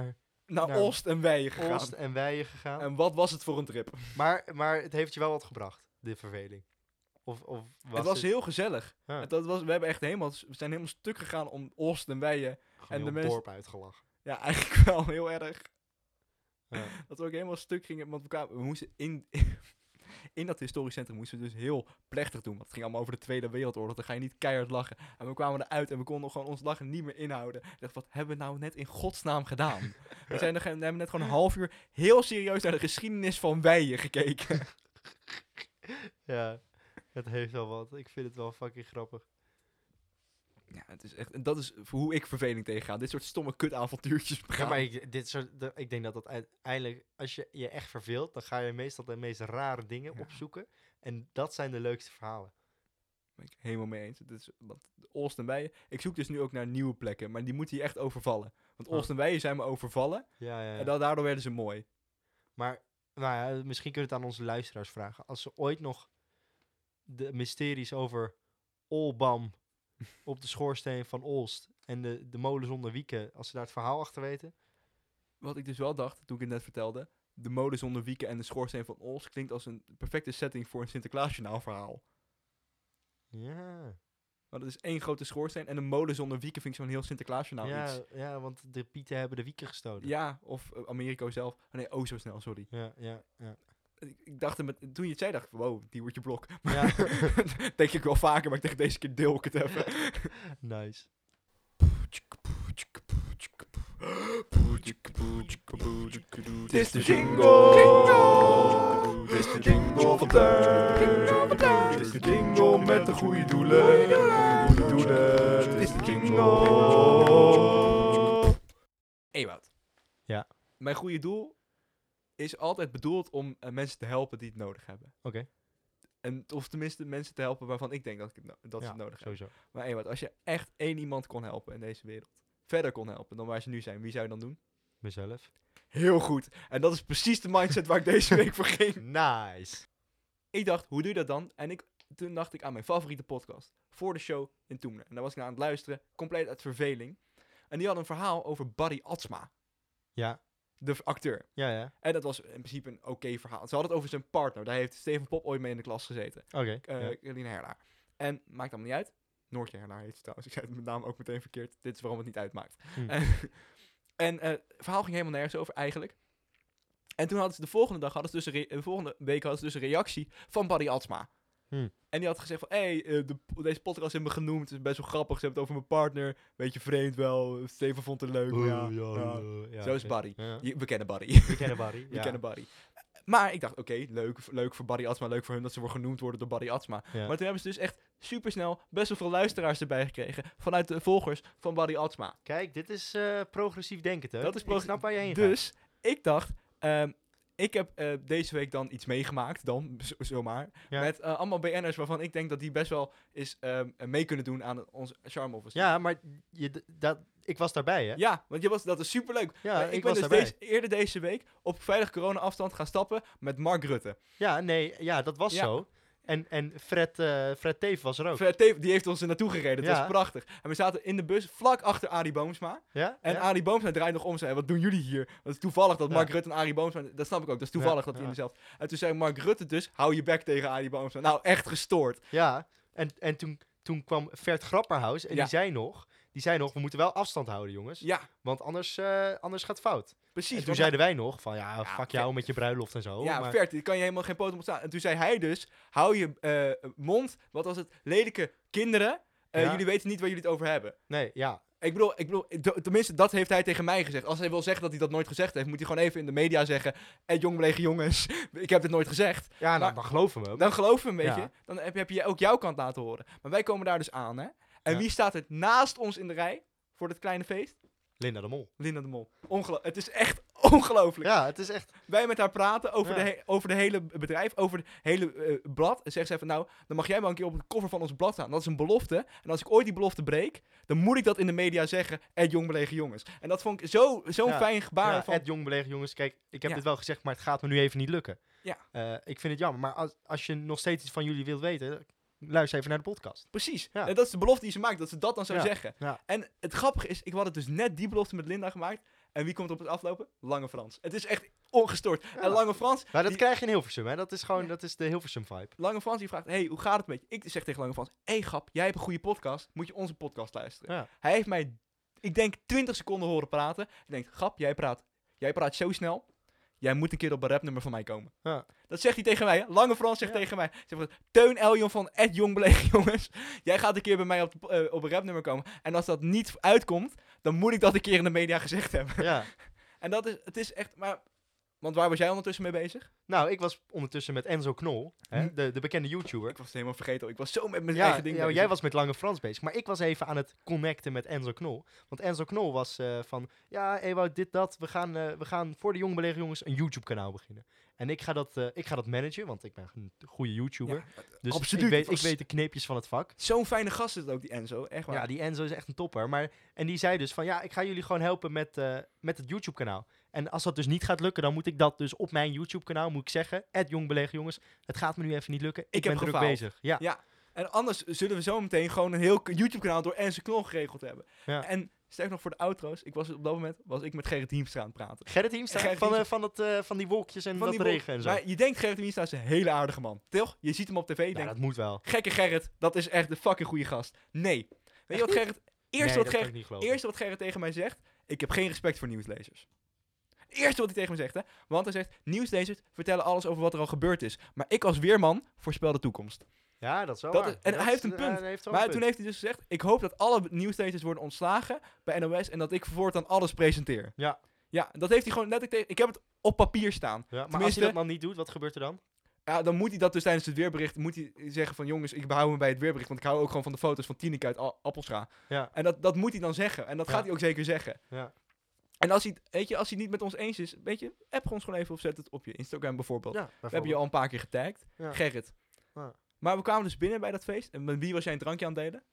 naar naar Oost en Weijen gegaan. Oost en Weijen gegaan. En wat was het voor een trip? Maar, maar het heeft je wel wat gebracht, de verveling. Of, of was het was heel gezellig. Ja. Het, dat was, we, hebben echt helemaal, we zijn helemaal stuk gegaan om Oost en Weijen. Gewoon en de heel mensen- dorp uitgelachen. Ja, eigenlijk wel heel erg. Ja. Dat we ook helemaal stuk gingen. Want we, kwamen, we moesten in, in dat historisch centrum moesten we dus heel plechtig doen. Want het ging allemaal over de Tweede Wereldoorlog. Dan ga je niet keihard lachen. En we kwamen eruit en we konden gewoon ons lachen niet meer inhouden. Ik dacht, wat hebben we nou net in godsnaam gedaan? we, zijn er, we hebben net gewoon een half uur heel serieus naar de geschiedenis van Weijen gekeken. Ja, het heeft wel wat. Ik vind het wel fucking grappig. Ja, het is echt, en dat is hoe ik verveling tegenga. Dit soort stomme kutavontuurtjes Ja, begaan. maar ik, dit soort, de- ik denk dat dat uiteindelijk, als je je echt verveelt, dan ga je meestal de meest rare dingen Ja. opzoeken. En dat zijn de leukste verhalen. Ben ik helemaal mee eens. Het is, want Oost en Weijen, ik zoek dus nu ook naar nieuwe plekken, maar die moeten je echt overvallen. Want Oh. Oost en Weijen zijn me overvallen Ja, ja. en da- daardoor werden ze mooi. Maar nou ja, misschien kunnen we het aan onze luisteraars vragen. Als ze ooit nog de mysteries over Olbam op de schoorsteen van Olst en de, de molen zonder wieken, als ze daar het verhaal achter weten. Wat ik dus wel dacht, toen ik het net vertelde, de molen zonder wieken en de schoorsteen van Ols klinkt als een perfecte setting voor een Sinterklaasjournaal verhaal. Ja, Maar dat is één grote schoorsteen en de molen zonder wieken vind ik zo'n heel Sinterklaasjournaal ja, iets. ja, want de Pieten hebben de wieken gestolen. Ja, of uh, Americo zelf. Oh nee, oh zo snel, sorry. Ja, ja, ja. Ik, ik dacht er met, toen je het zei, dacht ik, wow, die wordt je blok. Ja. Denk ik wel vaker, maar ik dacht deze keer deel ik het even. Nice. Het is de jingle! Het is de jingle van Teun! Het is de jingle met de goede doelen! Goede doelen! Het is de jingle! Ewout. Ja. Mijn goede doel is altijd bedoeld om uh, mensen te helpen die het nodig hebben. Oké. En, of tenminste mensen te helpen waarvan ik denk dat, ik het no- dat ze Ja, het nodig hebben. sowieso. Maar Ewout, als je echt één iemand kon helpen in deze wereld, verder kon helpen dan waar ze nu zijn, wie zou je dan doen? Mezelf. Heel goed. En dat is precies de mindset waar ik deze week voor ging. Nice. Ik dacht, hoe doe je dat dan? En ik, toen dacht ik aan mijn favoriete podcast. Voor de show in Toemler. En daar was ik naar aan het luisteren, compleet uit verveling. En die had een verhaal over Barry Atsma, Ja, de v- acteur. ja, ja. En dat was in principe een oké verhaal. Ze hadden het over zijn partner. Daar heeft Steven Pop ooit mee in de klas gezeten. Oké. Uh, ja. Carolina Herlaar. En maakt allemaal niet uit. Noortje Herlaar heet ze trouwens. Ik zei het met naam ook meteen verkeerd. Dit is waarom het niet uitmaakt. Hm. En, en uh, het verhaal ging helemaal nergens over eigenlijk. En toen hadden ze de volgende dag, hadden ze dus een re- de volgende week hadden ze dus een reactie van Barry Atsma. Hm. En die had gezegd van, hé, hey, uh, de, deze podcast hebben me genoemd. Het is best wel grappig. Ze hebben het over mijn partner. Beetje vreemd wel. Steven vond het leuk. maar ja, ja. ja, Zo is oké. Barry. Ja. Je- we kennen Barry. We kennen Barry. We ja. kennen Barry. Maar ik dacht, oké, leuk, leuk voor Barry Atsma. Leuk voor hun dat ze weer genoemd worden door Barry Atsma. Ja. Maar toen hebben ze dus echt supersnel best wel veel luisteraars erbij gekregen. Vanuit de volgers van Barry Atsma. Kijk, dit is eh, progressief denken, hè? Dat is Ik progr- snap waar je heen gaat. Dus ik dacht, ehm, ik heb eh, deze week dan iets meegemaakt, dan z- zomaar. Ja. Met eh, allemaal B N'ers waarvan ik denk dat die best wel eens ehm, mee kunnen doen aan onze Charm Office. Ja, maar je, d- dat, ik was daarbij, hè? Ja, want je was, dat is superleuk. Ja, Maar ik ik ben was dus daarbij. deze, eerder deze week op veilig corona-afstand gaan stappen met Mark Rutte. Ja, nee, ja, dat was Ja. zo. En, en Fred, eh Fred Teef was er ook. Fred Teven, die heeft ons er naartoe gereden. Dat Ja. was prachtig. En we zaten in de bus vlak achter Arie Boomsma. Ja? En ja? Arie Boomsma draait nog om en zei, wat doen jullie hier? Want het is toevallig dat Ja. Mark Rutte en Arie Boomsma, dat snap ik ook, dat is toevallig Ja, dat die ja. in dezelfde... En toen zei Mark Rutte dus, hou je bek tegen Arie Boomsma. Nou, echt gestoord. Ja, en, en toen, toen kwam Vert Grapperhaus en Ja. die zei nog... Die zei nog, we moeten wel afstand houden, jongens. Ja, Want anders, eh, anders gaat het fout. precies. En toen want zeiden wij nog van, ja, Ja, fuck Vert- jou met je bruiloft en zo. hij- ja, maar, Vert, die kan je helemaal geen poten op staan. En toen zei hij dus, hou je eh, mond, wat was het, lelijke kinderen, eh, Ja. jullie weten niet waar jullie het over hebben. Nee, ja. Ik bedoel, ik bedoel, d- tenminste, dat heeft hij tegen mij gezegd. Als hij wil zeggen dat hij dat nooit gezegd heeft, moet hij gewoon even in de media zeggen, hé, jongbelegen jongens, ik heb dit nooit gezegd. Ja, nou, Maar- dan geloven we hem. Dan geloof hem, weet Ja. je. Dan heb je, heb je ook jouw kant laten horen. Maar wij komen daar dus aan, hè. En Ja. wie staat er naast ons in de rij voor dit kleine feest? Linda de Mol. Linda de Mol. Ongelo- het is echt ongelooflijk. Ja, het is echt... Wij met haar praten over, Ja. de he- over de hele bedrijf, over het hele eh, blad. En zegt ze even, nou, dan mag jij wel een keer op de cover van ons blad staan. Dat is een belofte. En als ik ooit die belofte breek, dan moet ik dat in de media zeggen. Ed Jongbelegen jongens. En dat vond ik zo- zo'n Ja. fijn gebaar. Ja, van, Ed Jong belegen, jongens. Kijk, ik heb Ja. dit wel gezegd, maar het gaat me nu even niet lukken. Ja. Eh, ik vind het jammer. Maar als, als je nog steeds iets van jullie wilt weten, luister even naar de podcast. Precies. Ja. En dat is de belofte die ze maakt, dat ze dat dan zou Ja. zeggen. Ja. En het grappige is, ik had het dus net die belofte met Linda gemaakt. En wie komt op het aflopen? Lange Frans. Het is echt ongestoord. Ja. En Lange Frans... Maar dat die- krijg je in Hilversum, hè? Dat is gewoon, Ja. dat is de Hilversum vibe. Lange Frans die vraagt, hey, hoe gaat het met je? Ik zeg tegen Lange Frans, hey grap, jij hebt een goede podcast, moet je onze podcast luisteren. Ja. Hij heeft mij, ik denk, twintig seconden horen praten. Ik denk, grap, jij praat, jij praat zo snel, jij moet een keer op een rapnummer van mij komen. Ja. Dat zegt hij tegen mij. Hè? Lange Frans zegt Ja. tegen mij, zegt, Teun Eljon van Ed Jong Belegen Jongens, jij gaat een keer bij mij op, de, eh, op een rapnummer komen. En als dat niet uitkomt, dan moet ik dat een keer in de media gezegd hebben. Ja. En dat is, het is echt, maar, want waar was jij ondertussen mee bezig? Nou, ik was ondertussen met Enzo Knol, hè? Hm. De, de bekende YouTuber. Ik was het helemaal vergeten. Ik was zo met mijn Ja, eigen ding ja, bezig. jij was met Lange Frans bezig, maar ik was even aan het connecten met Enzo Knol. Want Enzo Knol was eh, van, ja, Ewout, dit, dat, we gaan, eh, we gaan voor de Jong Belegen Jongens een YouTube-kanaal beginnen. En ik ga, dat, eh, ik ga dat managen, want ik ben een goede YouTuber. Ja, dus absoluut, ik weet, het was- ik weet de kneepjes van het vak. Zo'n fijne gast is het ook, die Enzo. Echt waar. Ja, die Enzo is echt een topper. Maar, en die zei dus van, ja, ik ga jullie gewoon helpen met, eh, met het YouTube-kanaal. En als dat dus niet gaat lukken, dan moet ik dat dus op mijn YouTube-kanaal, moet ik zeggen, at Jong Belegen Jongens, het gaat me nu even niet lukken. Ik, Ik ben heb druk gefaald. bezig. Ja. Ja. En anders zullen we zo meteen gewoon een heel YouTube-kanaal door Enzo Knol geregeld hebben. Ja. En sterk nog voor de outro's. Ik was op dat moment was ik met Gerrit Hiemstra aan het praten. Gerrit Hiemstra, Gerrit van, eh, Hiemstra. van, het, eh, van die wolkjes en Van dat die wolk- regen en zo. Maar je denkt Gerrit Hiemstra is een hele aardige man. Toch? Je ziet hem op tv. Je Ja, denkt, dat moet wel. gekke Gerrit, dat is echt de fucking goede gast. Nee. Weet je wat niet? Gerrit... Nee, Eerst wat dat kan Gerrit... ik niet geloven. Eerste wat Gerrit tegen mij zegt, ik heb geen respect voor nieuwslezers. Eerste wat hij tegen me zegt, hè. Want hij zegt, nieuwslezers vertellen alles over wat er al gebeurd is. Maar ik als weerman voorspel de toekomst. Ja, dat is wel Dat waar. is- en Dat hij heeft is- een eh, punt. hij heeft wel Maar een toen punt. heeft hij dus gezegd, ik hoop dat alle nieuwslezers worden ontslagen bij N O S en dat ik voortaan alles presenteer. Ja. Ja, dat heeft hij gewoon letterlijk tegen... Ik heb het op papier staan. Ja, maar als Tenminste- hij dat dan niet doet, wat gebeurt er dan? Ja, dan moet hij dat dus tijdens het weerbericht moet hij zeggen van jongens, ik behoud me bij het weerbericht, want ik hou ook gewoon van de foto's van Tineke uit A- Appelscha. Ja. En dat, dat moet hij dan zeggen. En dat Ja. gaat hij ook zeker zeggen. Ja. En als hij, weet je, als hij het niet met ons eens is, weet je, app ons gewoon even of zet het op je Instagram bijvoorbeeld. Ja, We hebben je al een paar keer getagd. Ja. Gerrit. Ja. Maar we kwamen dus binnen bij dat feest. En met wie was jij een drankje aan het delen?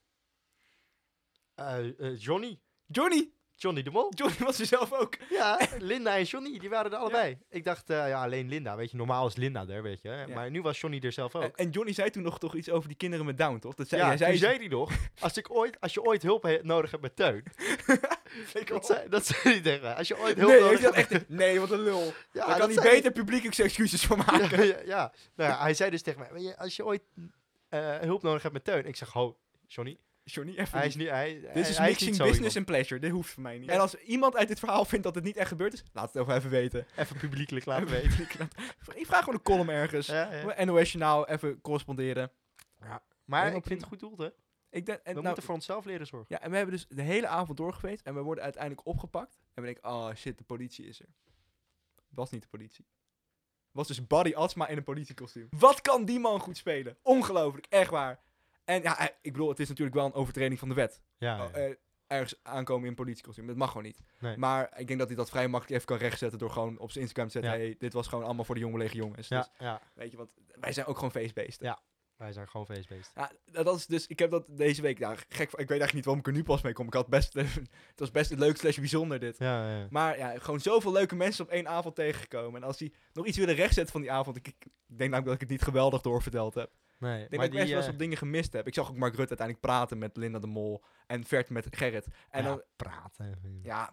Eh, eh, Johnny. Johnny! Johnny de Mol. Johnny was er zelf ook. Ja, Linda en Johnny, die waren er allebei. Ik dacht, eh, ja, alleen Linda. Weet je, normaal is Linda er, weet je. hè. Ja. Maar nu was Johnny er zelf ook. En, en Johnny zei toen nog toch iets over die kinderen met Down, toch? Dat zei, ja, hij toen zei, zei hij nog, als, ik ooit, als je ooit hulp he- nodig hebt met Teun. dat, zei, dat zei hij tegen mij. Als je ooit hulp nee, nodig heeft dat hebt... echt, nee, wat een lul. Ja, Daar dat kan hij zei hij. beter publiek excuses voor maken. Ja, ja, ja. Nou ja, hij zei dus tegen mij, weet je, als je ooit eh, hulp nodig hebt met Teun. Ik zeg, ho, Johnny, Johnny, even hij niet. is niet... Hij, Dit is hij mixing niet zo business iemand. and pleasure. Dit hoeft voor mij niet. Ja. En als iemand uit dit verhaal vindt dat het niet echt gebeurd is, laat het ook even weten. Even publiekelijk laten Even weten. publiekelijk laten- Ik vraag gewoon een column ergens. Ja, ja. N O S-journaal, even corresponderen. Maar Helemaal ik vind prima. het goed doel, hè. Ik denk, en We nou, moeten voor onszelf leren zorgen. ja, en we hebben dus de hele avond doorgeweest en we worden uiteindelijk opgepakt. En we denken, oh shit, de politie is er. Was niet de politie. Was dus Buddy Atsma in een politiekostuum. Wat kan die man goed spelen? Ongelooflijk, echt waar. En ja, eh, ik bedoel, het is natuurlijk wel een overtreding van de wet. Ja, ja. Oh, eh, ergens aankomen in een politiekostuum. Dat mag gewoon niet. Nee. Maar ik denk dat hij dat vrij makkelijk even kan rechtzetten door gewoon op zijn Instagram te zetten. Ja. Hey, dit was gewoon allemaal voor de jonge lege jongens. ja, Dus, ja. weet je, want wij zijn ook gewoon feestbeesten. Ja. Wij zijn gewoon feestbeest. Ja, dat is dus, ik heb dat deze week, nou, gek, ik weet eigenlijk niet waarom ik er nu pas mee kom. Ik had best, het was best leuk slash bijzonder dit. Ja, ja. Maar ja, gewoon zoveel leuke mensen op één avond tegengekomen. En als die nog iets willen rechtzetten van die avond, ik, ik denk namelijk dat ik het niet geweldig doorverteld heb. Nee, Ik denk maar dat ik best wel eens eh, wat dingen gemist heb. Ik zag ook Mark Rutte uiteindelijk praten met Linda de Mol en Vert met Gerrit. En ja, dan, praten. ja...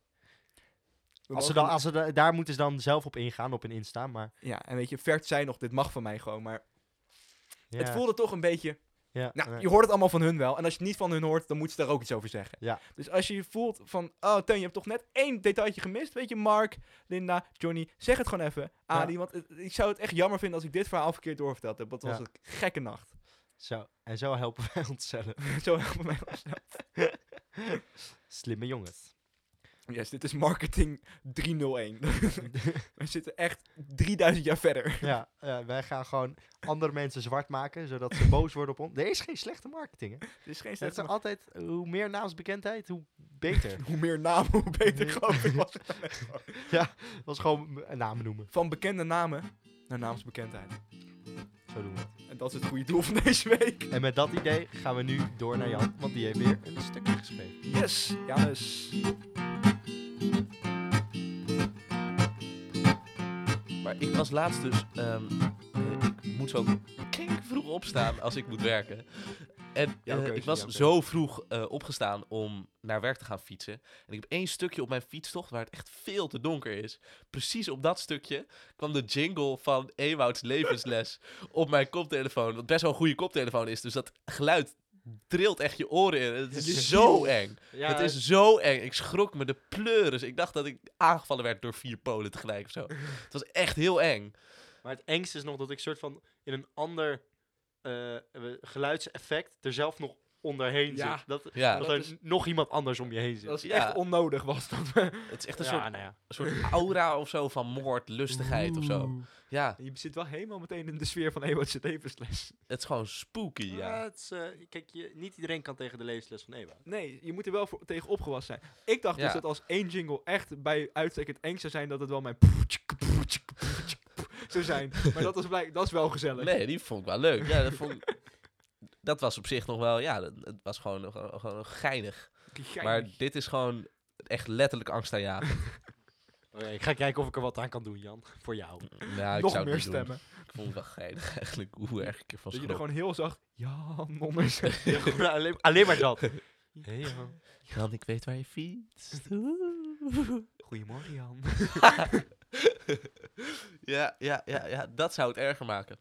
we Als ze mogen- dan, als ze da- daar moeten ze dan zelf op ingaan, op hun Insta, maar... Ja, en weet je, Vert zei nog, dit mag van mij gewoon, maar Ja, het voelde toch een beetje... ja, Nou, nee. je hoort het allemaal van hun wel. En als je het niet van hun hoort, dan moeten ze daar ook iets over zeggen. Ja. Dus als je je voelt van, oh Teun, je hebt toch net één detailtje gemist. Weet je, Mark, Linda, Johnny, zeg het gewoon even. Adi, want het- ik zou het echt jammer vinden als ik dit verhaal verkeerd doorverteld heb. Want het Ja. was een gekke nacht. Zo, en zo helpen wij onszelf. Zo helpen mij wel. Slimme jongens. Yes, dit is marketing driehonderdéén. We zitten echt drieduizend jaar verder. Ja, ja, wij gaan gewoon andere mensen zwart maken, zodat ze boos worden op ons. Er is geen slechte marketing, hè. Dit is geen Het slechte zijn altijd, eh, hoe meer naamsbekendheid, hoe beter. Hoe meer namen, hoe beter geloof ik was het dan echt gewoon. Dat was gewoon een naam noemen. Van bekende namen naar naamsbekendheid. Zo doen we het. En dat is het goede doel van deze week. En met dat idee gaan we nu door naar Jan, want die heeft weer een stukje geschreven. Yes, Janus. Maar ik was laatst dus... ehm, eh, ik moet zo kink vroeg opstaan als ik moet werken. En Jouw eh, keuze, ik was jouw zo vroeg uh, opgestaan om naar werk te gaan fietsen. En ik heb één stukje op mijn fietstocht waar het echt veel te donker is. Precies op dat stukje kwam de jingle van Ewouds levensles op mijn koptelefoon. Wat best wel een goede koptelefoon is. Dus dat geluid trilt echt je oren in. Het is Je zo ziel. eng. Ja, Het is zo eng. Ik schrok me de pleuris. Ik dacht dat ik aangevallen werd door vier Polen tegelijk of zo. Het was echt heel eng. Maar het engste is nog dat ik soort van in een ander uh, geluidseffect er zelf nog onderheen Ja. zit. Dat, Ja. dat dat er is- nog iemand anders om je heen zit. Dat is Ja. echt onnodig, was dat. Het is echt een ja, soort, nou ja. een soort aura of zo van moord, lustigheid of zo. Ja, Je zit wel helemaal meteen in de sfeer van Ewout's levensles. het is gewoon spooky, Ja, ja. het is, uh, kijk, je, niet iedereen kan tegen de levensles van Ewout. Nee, je moet er wel voor, tegen opgewassen zijn. Ik dacht Ja. dus dat als één jingle echt bij uitstek het eng zou zijn, dat het wel mijn zou zijn. Maar dat is, blijk, dat is wel gezellig. Nee, die vond ik wel leuk. Ja, dat, vond ik- dat was op zich nog wel, ja, dat, het was gewoon, gewoon, gewoon geinig. Geinig. Maar dit is gewoon echt letterlijk angstaanjagend. Oké, ik ga kijken of ik er wat aan kan doen, Jan. Voor jou. Ja, ik nog zou het meer niet doen. stemmen. Ik vond het wel geinig eigenlijk, hoe erg ik ervan Dat je er schrok. gewoon heel zacht ja, onder zet. Ja, gewoon alleen, alleen maar dat. Hey, Jan. Jan, ik weet waar je fietst. Goedemorgen, Jan. ja, ja, ja, ja, dat zou het erger maken.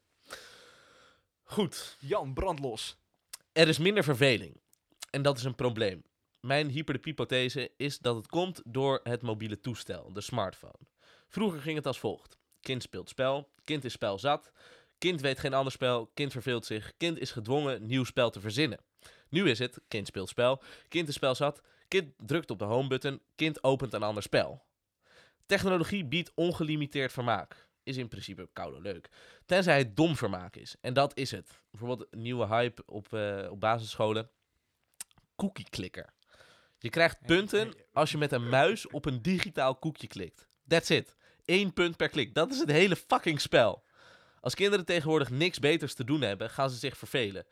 Goed. Jan, brand los. Er is minder verveling. En dat is een probleem. Mijn hyperdiepothese is dat het komt door het mobiele toestel, de smartphone. Vroeger ging het als volgt. Kind speelt spel, kind is spel zat, kind weet geen ander spel, kind verveelt zich, kind is gedwongen nieuw spel te verzinnen. Nu is het, kind speelt spel, kind is spel zat, kind drukt op de home-button, kind opent een ander spel. Technologie biedt ongelimiteerd vermaak. Is in principe koude leuk. Tenzij het dom vermaak is. En dat is het. Bijvoorbeeld een nieuwe hype op, uh, op basisscholen. Cookie clicker. Je krijgt punten als je met een muis op een digitaal koekje klikt. That's it. Eén punt per klik. Dat is het hele fucking spel. Als kinderen tegenwoordig niks beters te doen hebben, gaan ze zich vervelen.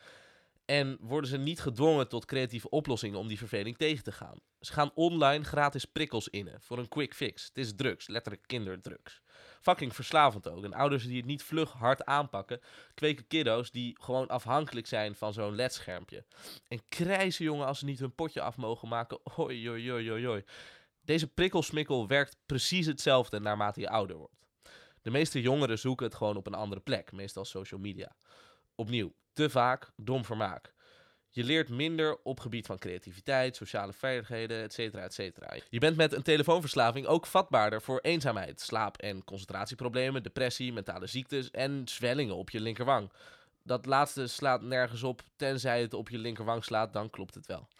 En worden ze niet gedwongen tot creatieve oplossingen om die verveling tegen te gaan. Ze gaan online gratis prikkels innen voor een quick fix. Het is drugs, letterlijk kinderdrugs. Fucking verslavend ook. En ouders die het niet vlug hard aanpakken, kweken kiddo's die gewoon afhankelijk zijn van zo'n L E D-schermpje. En krijzen jongen als ze niet hun potje af mogen maken. Hoi, hoi, hoi, hoi, hoi. Deze prikkelsmikkel werkt precies hetzelfde naarmate je ouder wordt. De meeste jongeren zoeken het gewoon op een andere plek, meestal social media. Opnieuw, te vaak dom vermaak. Je leert minder op gebied van creativiteit, sociale vaardigheden, et cetera, et cetera. Je bent met een telefoonverslaving ook vatbaarder voor eenzaamheid, slaap- en concentratieproblemen, depressie, mentale ziektes en zwellingen op je linkerwang. Dat laatste slaat nergens op, tenzij het op je linkerwang slaat, dan klopt het wel.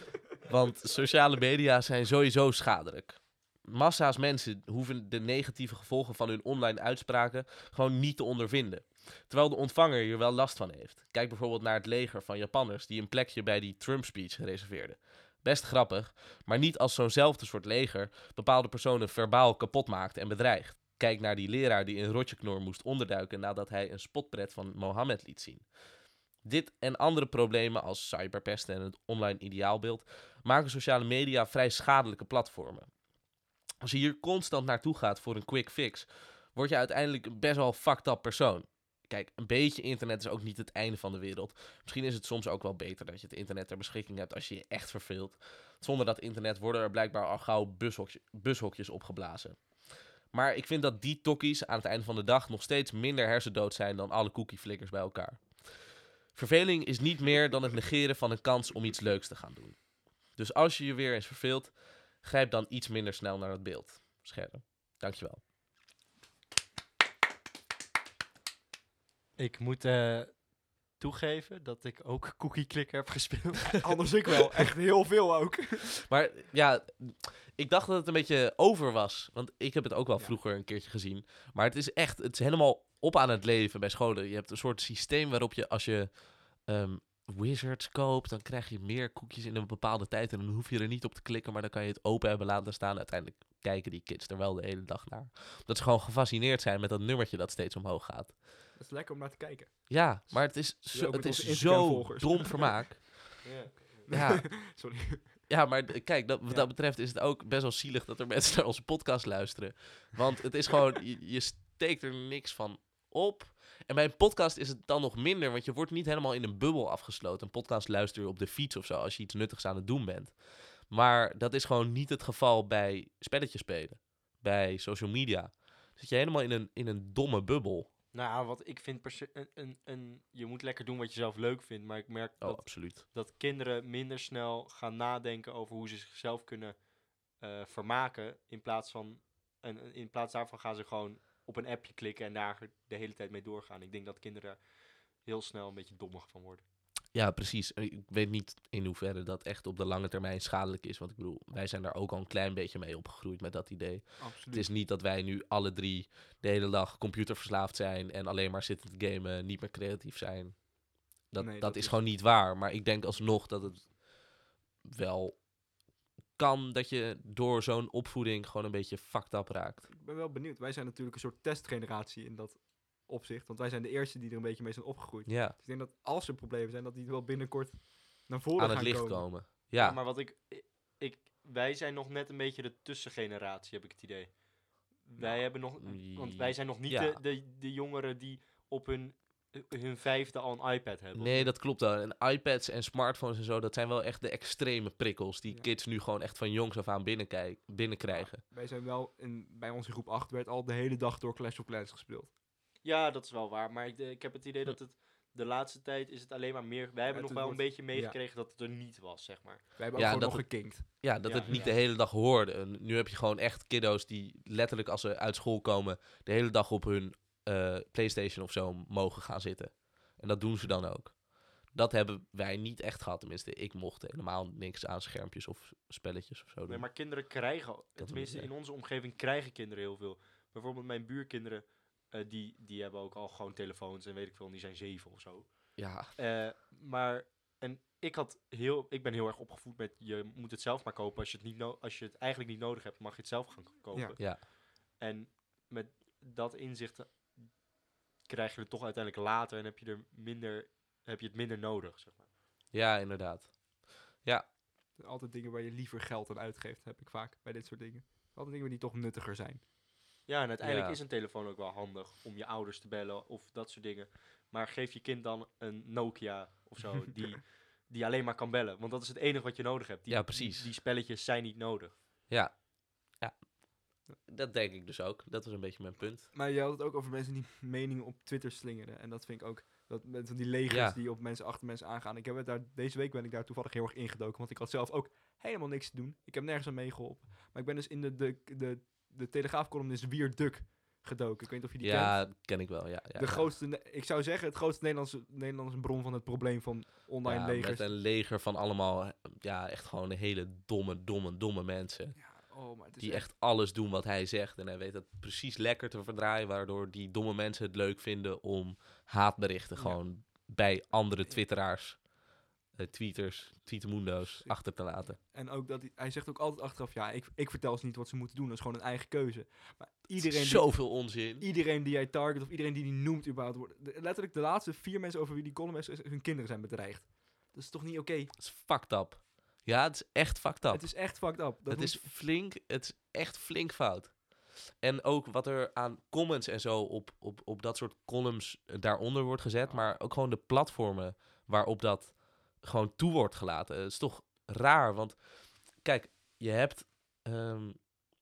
Want sociale media zijn sowieso schadelijk. Massa's mensen hoeven de negatieve gevolgen van hun online uitspraken gewoon niet te ondervinden. Terwijl de ontvanger hier wel last van heeft. Kijk bijvoorbeeld naar het leger van Japanners die een plekje bij die Trump-speech reserveerden. Best grappig, maar niet als zo'nzelfde soort leger bepaalde personen verbaal kapot maakt en bedreigt. Kijk naar die leraar die in Rotjeknor moest onderduiken nadat hij een spotpret van Mohammed liet zien. Dit en andere problemen als cyberpesten en het online ideaalbeeld maken sociale media vrij schadelijke platformen. Als je hier constant naartoe gaat voor een quick fix, word je uiteindelijk een best wel fucked up persoon. Kijk, een beetje internet is ook niet het einde van de wereld. Misschien is het soms ook wel beter dat je het internet ter beschikking hebt als je je echt verveelt. Zonder dat internet worden er blijkbaar al gauw bushokjes, bushokjes opgeblazen. Maar ik vind dat die tokkies aan het einde van de dag nog steeds minder hersendood zijn dan alle cookieflikkers bij elkaar. Verveling is niet meer dan het negeren van een kans om iets leuks te gaan doen. Dus als je je weer eens verveelt, grijp dan iets minder snel naar het beeld. Scherm. Dankjewel. Ik moet uh, toegeven dat ik ook Cookie Clicker heb gespeeld. Anders ik wel. Echt heel veel ook. Maar ja, ik dacht dat het een beetje over was. Want ik heb het ook wel Ja. vroeger een keertje gezien. Maar het is echt, het is helemaal op aan het leven bij scholen. Je hebt een soort systeem waarop je als je um, wizards koopt, dan krijg je meer koekjes in een bepaalde tijd. En dan hoef je er niet op te klikken, maar dan kan je het open hebben laten staan. Uiteindelijk kijken die kids er wel de hele dag naar. Dat ze gewoon gefascineerd zijn met dat nummertje dat steeds omhoog gaat. Dat is lekker om naar te kijken. Ja, maar het is zo, ook met het is onze zo Instagram-volgers. dom vermaak. Ja, Sorry. ja, maar d- kijk, dat, wat Ja. dat betreft is het ook best wel zielig dat er mensen naar onze podcast luisteren. Want het is gewoon, je, je steekt er niks van op. En bij een podcast is het dan nog minder, want je wordt niet helemaal in een bubbel afgesloten. Een podcast luister je op de fiets of zo, als je iets nuttigs aan het doen bent. Maar dat is gewoon niet het geval bij spelletjes spelen. Bij social media. Zit je helemaal in een, in een domme bubbel. Nou ja, wat ik vind, perso- een, een, een, je moet lekker doen wat je zelf leuk vindt. Maar ik merk Oh, dat, absoluut. dat kinderen minder snel gaan nadenken over hoe ze zichzelf kunnen eh, vermaken. In plaats, van, en, in plaats daarvan gaan ze gewoon op een appje klikken en daar de hele tijd mee doorgaan. Ik denk dat kinderen heel snel een beetje dommig van worden. Ja, precies. Ik weet niet in hoeverre dat echt op de lange termijn schadelijk is. Want ik bedoel, wij zijn daar ook al een klein beetje mee opgegroeid met dat idee. Absoluut. Het is niet dat wij nu alle drie de hele dag computerverslaafd zijn en alleen maar zitten te gamen, niet meer creatief zijn. Dat, Nee, dat, dat is is- gewoon niet waar. Maar ik denk alsnog dat het wel kan dat je door zo'n opvoeding gewoon een beetje fucked up raakt. Ik ben wel benieuwd. Wij zijn natuurlijk een soort testgeneratie in dat opzicht. Want wij zijn de eerste die er een beetje mee zijn opgegroeid. Ja, Dus ik denk dat als er problemen zijn, dat die wel binnenkort naar voren aan gaan het licht komen. komen. Ja, Ja, maar wat ik, ik... Wij zijn nog net een beetje de tussengeneratie, heb ik het idee. Wij Nou, hebben nog... Want wij zijn nog niet ja. de, de, de jongeren die op hun, hun vijfde al een iPad hebben. Nee, dat klopt wel. En iPads en smartphones en zo, dat zijn wel echt de extreme prikkels die Ja. kids nu gewoon echt van jongs af aan binnenkijk- binnenkrijgen. Wij zijn wel, in, bij ons in groep acht werd al de hele dag door Clash of Clans gespeeld. Ja, dat is wel waar. Maar ik, ik heb het idee dat het... De laatste tijd is het alleen maar meer... Wij hebben het nog wel wordt- een beetje meegekregen dat het er niet was, zeg maar. Wij hebben Ja, ook gewoon dat nog gekinkt. Ja, dat Ja, het niet ja. de hele dag hoorde. En nu heb je gewoon echt kiddo's die letterlijk als ze uit school komen de hele dag op hun eh, PlayStation of zo mogen gaan zitten. En dat doen ze dan ook. Dat hebben wij niet echt gehad. Tenminste, ik mocht helemaal niks aan schermpjes of spelletjes of zo doen. Nee, maar kinderen krijgen... Dat Tenminste, niet, in onze omgeving krijgen kinderen heel veel. Bijvoorbeeld mijn buurkinderen... eh, die, die hebben ook al gewoon telefoons en weet ik veel. En die zijn zeven of zo. Ja, Eh, maar... En ik, had heel, ik ben heel erg opgevoed met... Je moet het zelf maar kopen. Als je het, niet no- als je het eigenlijk niet nodig hebt, mag je het zelf gaan kopen. Ja. ja. En met dat inzicht eh, krijg je het toch uiteindelijk later. En heb je, er minder, heb je het minder nodig, zeg maar. Ja, inderdaad. Altijd dingen waar je liever geld aan uitgeeft, heb ik vaak bij dit soort dingen. Altijd dingen die toch nuttiger zijn. Ja, en uiteindelijk Ja. is een telefoon ook wel handig om je ouders te bellen of dat soort dingen. Maar geef je kind dan een Nokia of zo, die, die alleen maar kan bellen. Want dat is het enige wat je nodig hebt. Die, Ja, precies. Die, die spelletjes zijn niet nodig. Ja. Ja. Dat denk ik dus ook. Dat was een beetje mijn punt. Maar je had het ook over mensen die meningen op Twitter slingeren. En dat vind ik ook, dat met van die legers Ja. die op mensen achter mensen aangaan. Ik heb het daar, deze week ben ik daar toevallig heel erg ingedoken, want ik had zelf ook helemaal niks te doen. Ik heb nergens aan meegeholpen. Maar ik ben dus in de, de, de, de Telegraaf-columnist Wier Duk gedoken. Ik weet niet of je die kent. Ja, ken ik wel. Ja, ja, De ja. grootste, ne- ik zou zeggen, het grootste Nederlandse, Nederlandse bron van het probleem van online Ja, legers. met een leger van allemaal, ja, echt gewoon hele domme, domme, domme mensen. Ja, oh, maar het is Die echt alles doen wat hij zegt. En hij weet het precies lekker te verdraaien, waardoor die domme mensen het leuk vinden om haatberichten Ja. gewoon bij andere twitteraars, eh, tweeters, tweetemundo's achter te laten. En ook dat hij, hij zegt ook altijd achteraf, ja, ik, ik vertel ze niet wat ze moeten doen. Dat is gewoon een eigen keuze. Maar iedereen die, Zoveel onzin. iedereen die hij target of iedereen die hij noemt überhaupt, wordt, de- letterlijk de laatste vier mensen over wie die column is, is- hun kinderen zijn bedreigd. Dat is toch niet oké? Het is fucked up. Ja, het is echt fucked up. Het is echt fucked up. Dat het moet- is flink, het is echt flink fout. En ook wat er aan comments en zo op, op, op dat soort columns eh, daaronder wordt gezet, maar ook gewoon de platformen waarop dat gewoon toe wordt gelaten. Het is toch raar, want kijk, je hebt... ehm,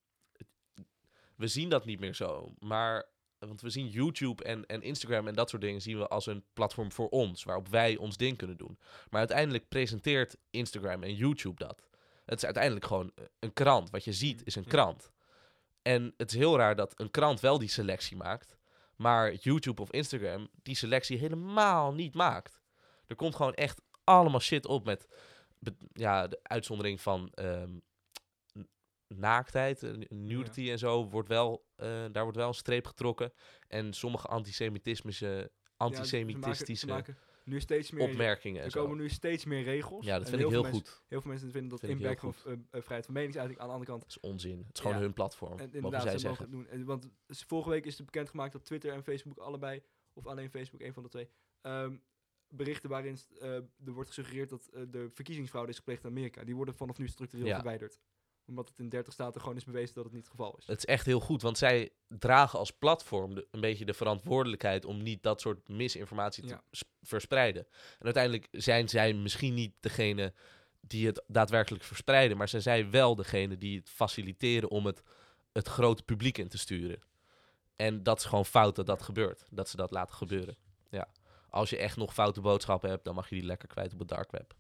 we zien dat niet meer zo, maar... Want we zien YouTube en, en Instagram en dat soort dingen zien we als een platform voor ons, waarop wij ons ding kunnen doen. Maar uiteindelijk presenteert Instagram en YouTube dat. Het is uiteindelijk gewoon eh, een krant. Wat je ziet is een Ja. krant. En het is heel raar dat een krant wel die selectie maakt, maar YouTube of Instagram die selectie helemaal niet maakt. Er komt gewoon echt allemaal shit op met be- ja, de uitzondering van ehm, n- naaktheid, eh, nudity en zo, wordt wel, eh, daar wordt wel een streep getrokken. En sommige antisemitismische, ja, ze antisemitistische maken, ze maken nu steeds meer, opmerkingen en er zo. komen nu steeds meer regels. Ja, dat En vind ik veel heel mensen- goed. Heel veel mensen vinden dat Vind ik inperk heel van eh, eh, vrijheid van meningsuiting. Aan de andere kant, Dat is onzin. Het is gewoon Ja. hun platform, en mogen inderdaad, zij ze zeggen. mogen het doen. En, want s- vorige week is het bekendgemaakt dat Twitter en Facebook allebei, of alleen Facebook, een van de twee, ehm, berichten waarin eh, er wordt gesuggereerd dat eh, de verkiezingsfraude is gepleegd in Amerika. Die worden vanaf nu structureel Ja. verwijderd. Omdat het in dertig staten gewoon is bewezen dat het niet het geval is. Het is echt heel goed, want zij dragen als platform de, een beetje de verantwoordelijkheid om niet dat soort misinformatie te Ja. s- verspreiden. En uiteindelijk zijn zij misschien niet degene die het daadwerkelijk verspreiden, maar zijn zij wel degene die het faciliteren om het, het grote publiek in te sturen. En dat is gewoon fout dat dat gebeurt, dat ze dat laten gebeuren. Ja. Als je echt nog foute boodschappen hebt, dan mag je die lekker kwijt op het dark web.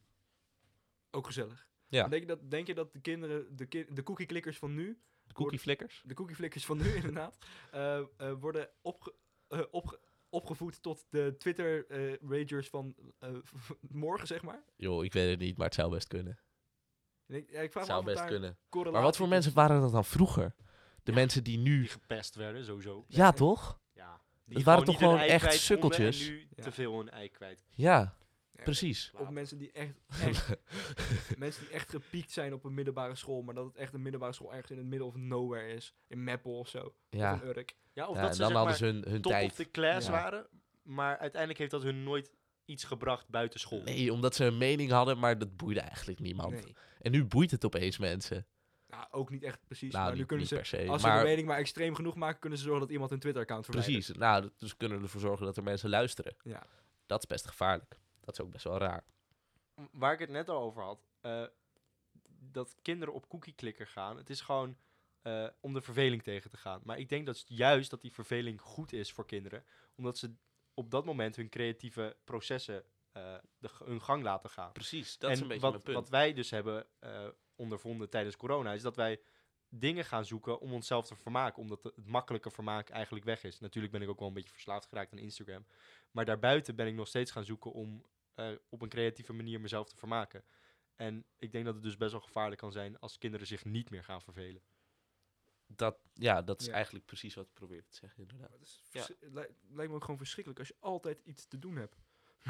Ook gezellig. Ja. En Denk, je dat, denk je dat de kinderen, de, ki- de cookie-klikkers van nu, De cookie flickers? de cookie-flikkers van nu inderdaad, uh, uh, worden opge, uh, opge, opgevoed tot de Twitter-ragers van uh, morgen, zeg maar? Joh, ik weet het niet, maar het zou best kunnen. Ik, denk, ja, ik vraag Het zou me af best of daar kunnen. correlatie Maar wat voor tussen- mensen waren dat dan vroeger? De mensen die nu... Die gepest werden, sowieso. Ja, toch? Ja. Het waren toch niet hun gewoon ei echt kwijt konden sukkeltjes? En nu Ja. te veel hun ei kwijt. Ja, Ja, precies. Of mensen die echt, echt mensen die echt gepiekt zijn op een middelbare school, maar dat het echt een middelbare school ergens in het middle of nowhere is. In Meppel of zo. Ja, Of in Urk. Ja, of ja dat en ze dan zeg hadden maar ze hun, hun top tijd. of the class Ja. waren. Maar uiteindelijk heeft dat hun nooit iets gebracht buiten school. Nee, omdat ze een mening hadden, maar dat boeide eigenlijk niemand. Nee. En nu boeit het opeens mensen. Nou, ook niet echt precies. Nou, maar nu niet, kunnen niet ze, per se. als ze Maar de mening maar extreem genoeg maken, kunnen ze zorgen dat iemand hun Twitter-account verwijdert. precies, nou, dat- dus kunnen we ervoor zorgen dat er mensen luisteren. Ja. Dat is best gevaarlijk. Dat is ook best wel raar. Waar ik het net al over had. eh, dat kinderen op cookie-klikker gaan. Het is gewoon eh, om de verveling tegen te gaan. Maar ik denk dat juist dat die verveling goed is voor kinderen. Omdat ze op dat moment hun creatieve processen eh, de, g- hun gang laten gaan. Precies, dat en is een beetje wat, mijn punt. wat wij dus hebben eh, ondervonden tijdens corona, is dat wij dingen gaan zoeken om onszelf te vermaken. Omdat de- het makkelijke vermaak eigenlijk weg is. Natuurlijk ben ik ook wel een beetje verslaafd geraakt aan Instagram. Maar daarbuiten ben ik nog steeds gaan zoeken om eh, op een creatieve manier mezelf te vermaken. En ik denk dat het dus best wel gevaarlijk kan zijn als kinderen zich niet meer gaan vervelen. Dat, ja, dat is Ja. eigenlijk precies wat ik probeerde te zeggen, inderdaad. Maar het, is Ja. vers- het li- het lijkt me ook gewoon verschrikkelijk als je altijd iets te doen hebt.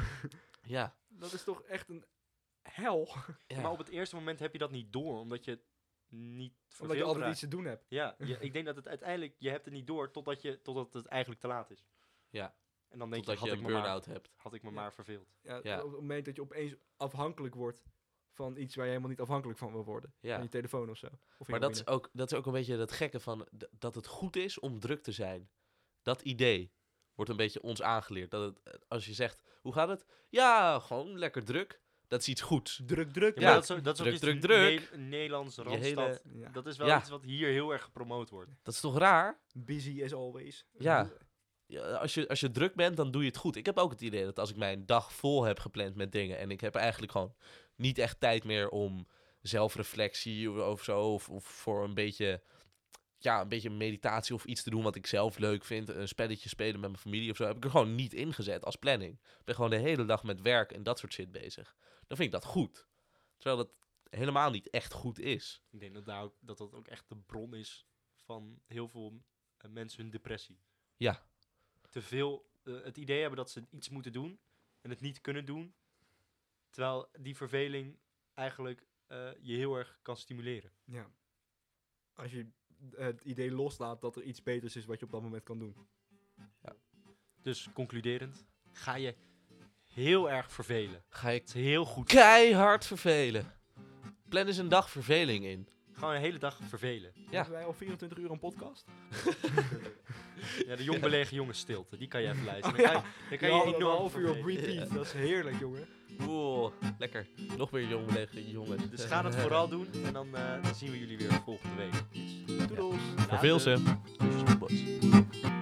Ja, Dat is toch echt een hel. ja. Maar op het eerste moment heb je dat niet door, omdat je niet Omdat je verveeld altijd raakt. iets te doen hebt. Ja, je, ik denk dat het uiteindelijk, je hebt het niet door totdat, je, totdat het eigenlijk te laat is. Ja. En dan denk Totdat je, je had, een ik me maar, burn-out hebt. had ik me Ja. maar verveeld. Ja, Ja. Op het moment dat je opeens afhankelijk wordt van iets waar je helemaal niet afhankelijk van wil worden. Ja. Van je telefoon of zo. Of Maar dat is, ook, dat is ook een beetje het gekke van d- dat het goed is om druk te zijn. Dat idee wordt een beetje ons aangeleerd. Dat het, eh, als je zegt, hoe gaat het? Ja, gewoon lekker druk. Dat is iets goeds. druk, druk. Ja, Ja, maar dat is, ook- dat is ook druk, iets druk, n- druk. Ne- een Nederlands Je randstad. hele- Ja. Dat is wel Ja. iets wat hier heel erg gepromoot wordt. Dat is toch raar? Busy as always. Ja. Ja, als, je, als je druk bent, dan doe je het goed. Ik heb ook het idee dat als ik mijn dag vol heb gepland met dingen en ik heb eigenlijk gewoon niet echt tijd meer om zelfreflectie of, of zo, of, of voor een beetje, ja, een beetje meditatie of iets te doen wat ik zelf leuk vind, een spelletje spelen met mijn familie of zo, heb ik er gewoon niet ingezet als planning. Ik ben gewoon de hele dag met werk en dat soort shit bezig. Dan vind ik dat goed. Terwijl dat helemaal niet echt goed is. Ik denk dat daar ook, dat, dat ook echt de bron is van heel veel eh, mensen hun depressie. Ja. Te veel eh, het idee hebben dat ze iets moeten doen en het niet kunnen doen. Terwijl die verveling eigenlijk eh, je heel erg kan stimuleren. Ja. Als je eh, het idee loslaat dat er iets beters is wat je op dat moment kan doen. Dus concluderend, ga je heel erg vervelen. Ga ik Het is heel goed. keihard vervelen. Plan eens een dag verveling in. Gewoon een hele dag vervelen. Ja. Hebben wij al vierentwintig uur een podcast? Ja, de jong belegen jongens stilte, die kan je even luisteren. Oh, Dan ja. kan je, dan kan Ja, je een enorm half uur op vervelen. repeat. Dat is heerlijk, jongen. Oeh, lekker. Nog meer jong belegen jongens. Dus ga dat vooral doen en dan, eh, dan zien we jullie weer volgende week. Doedels. Verveel ze. Kusjes, boys.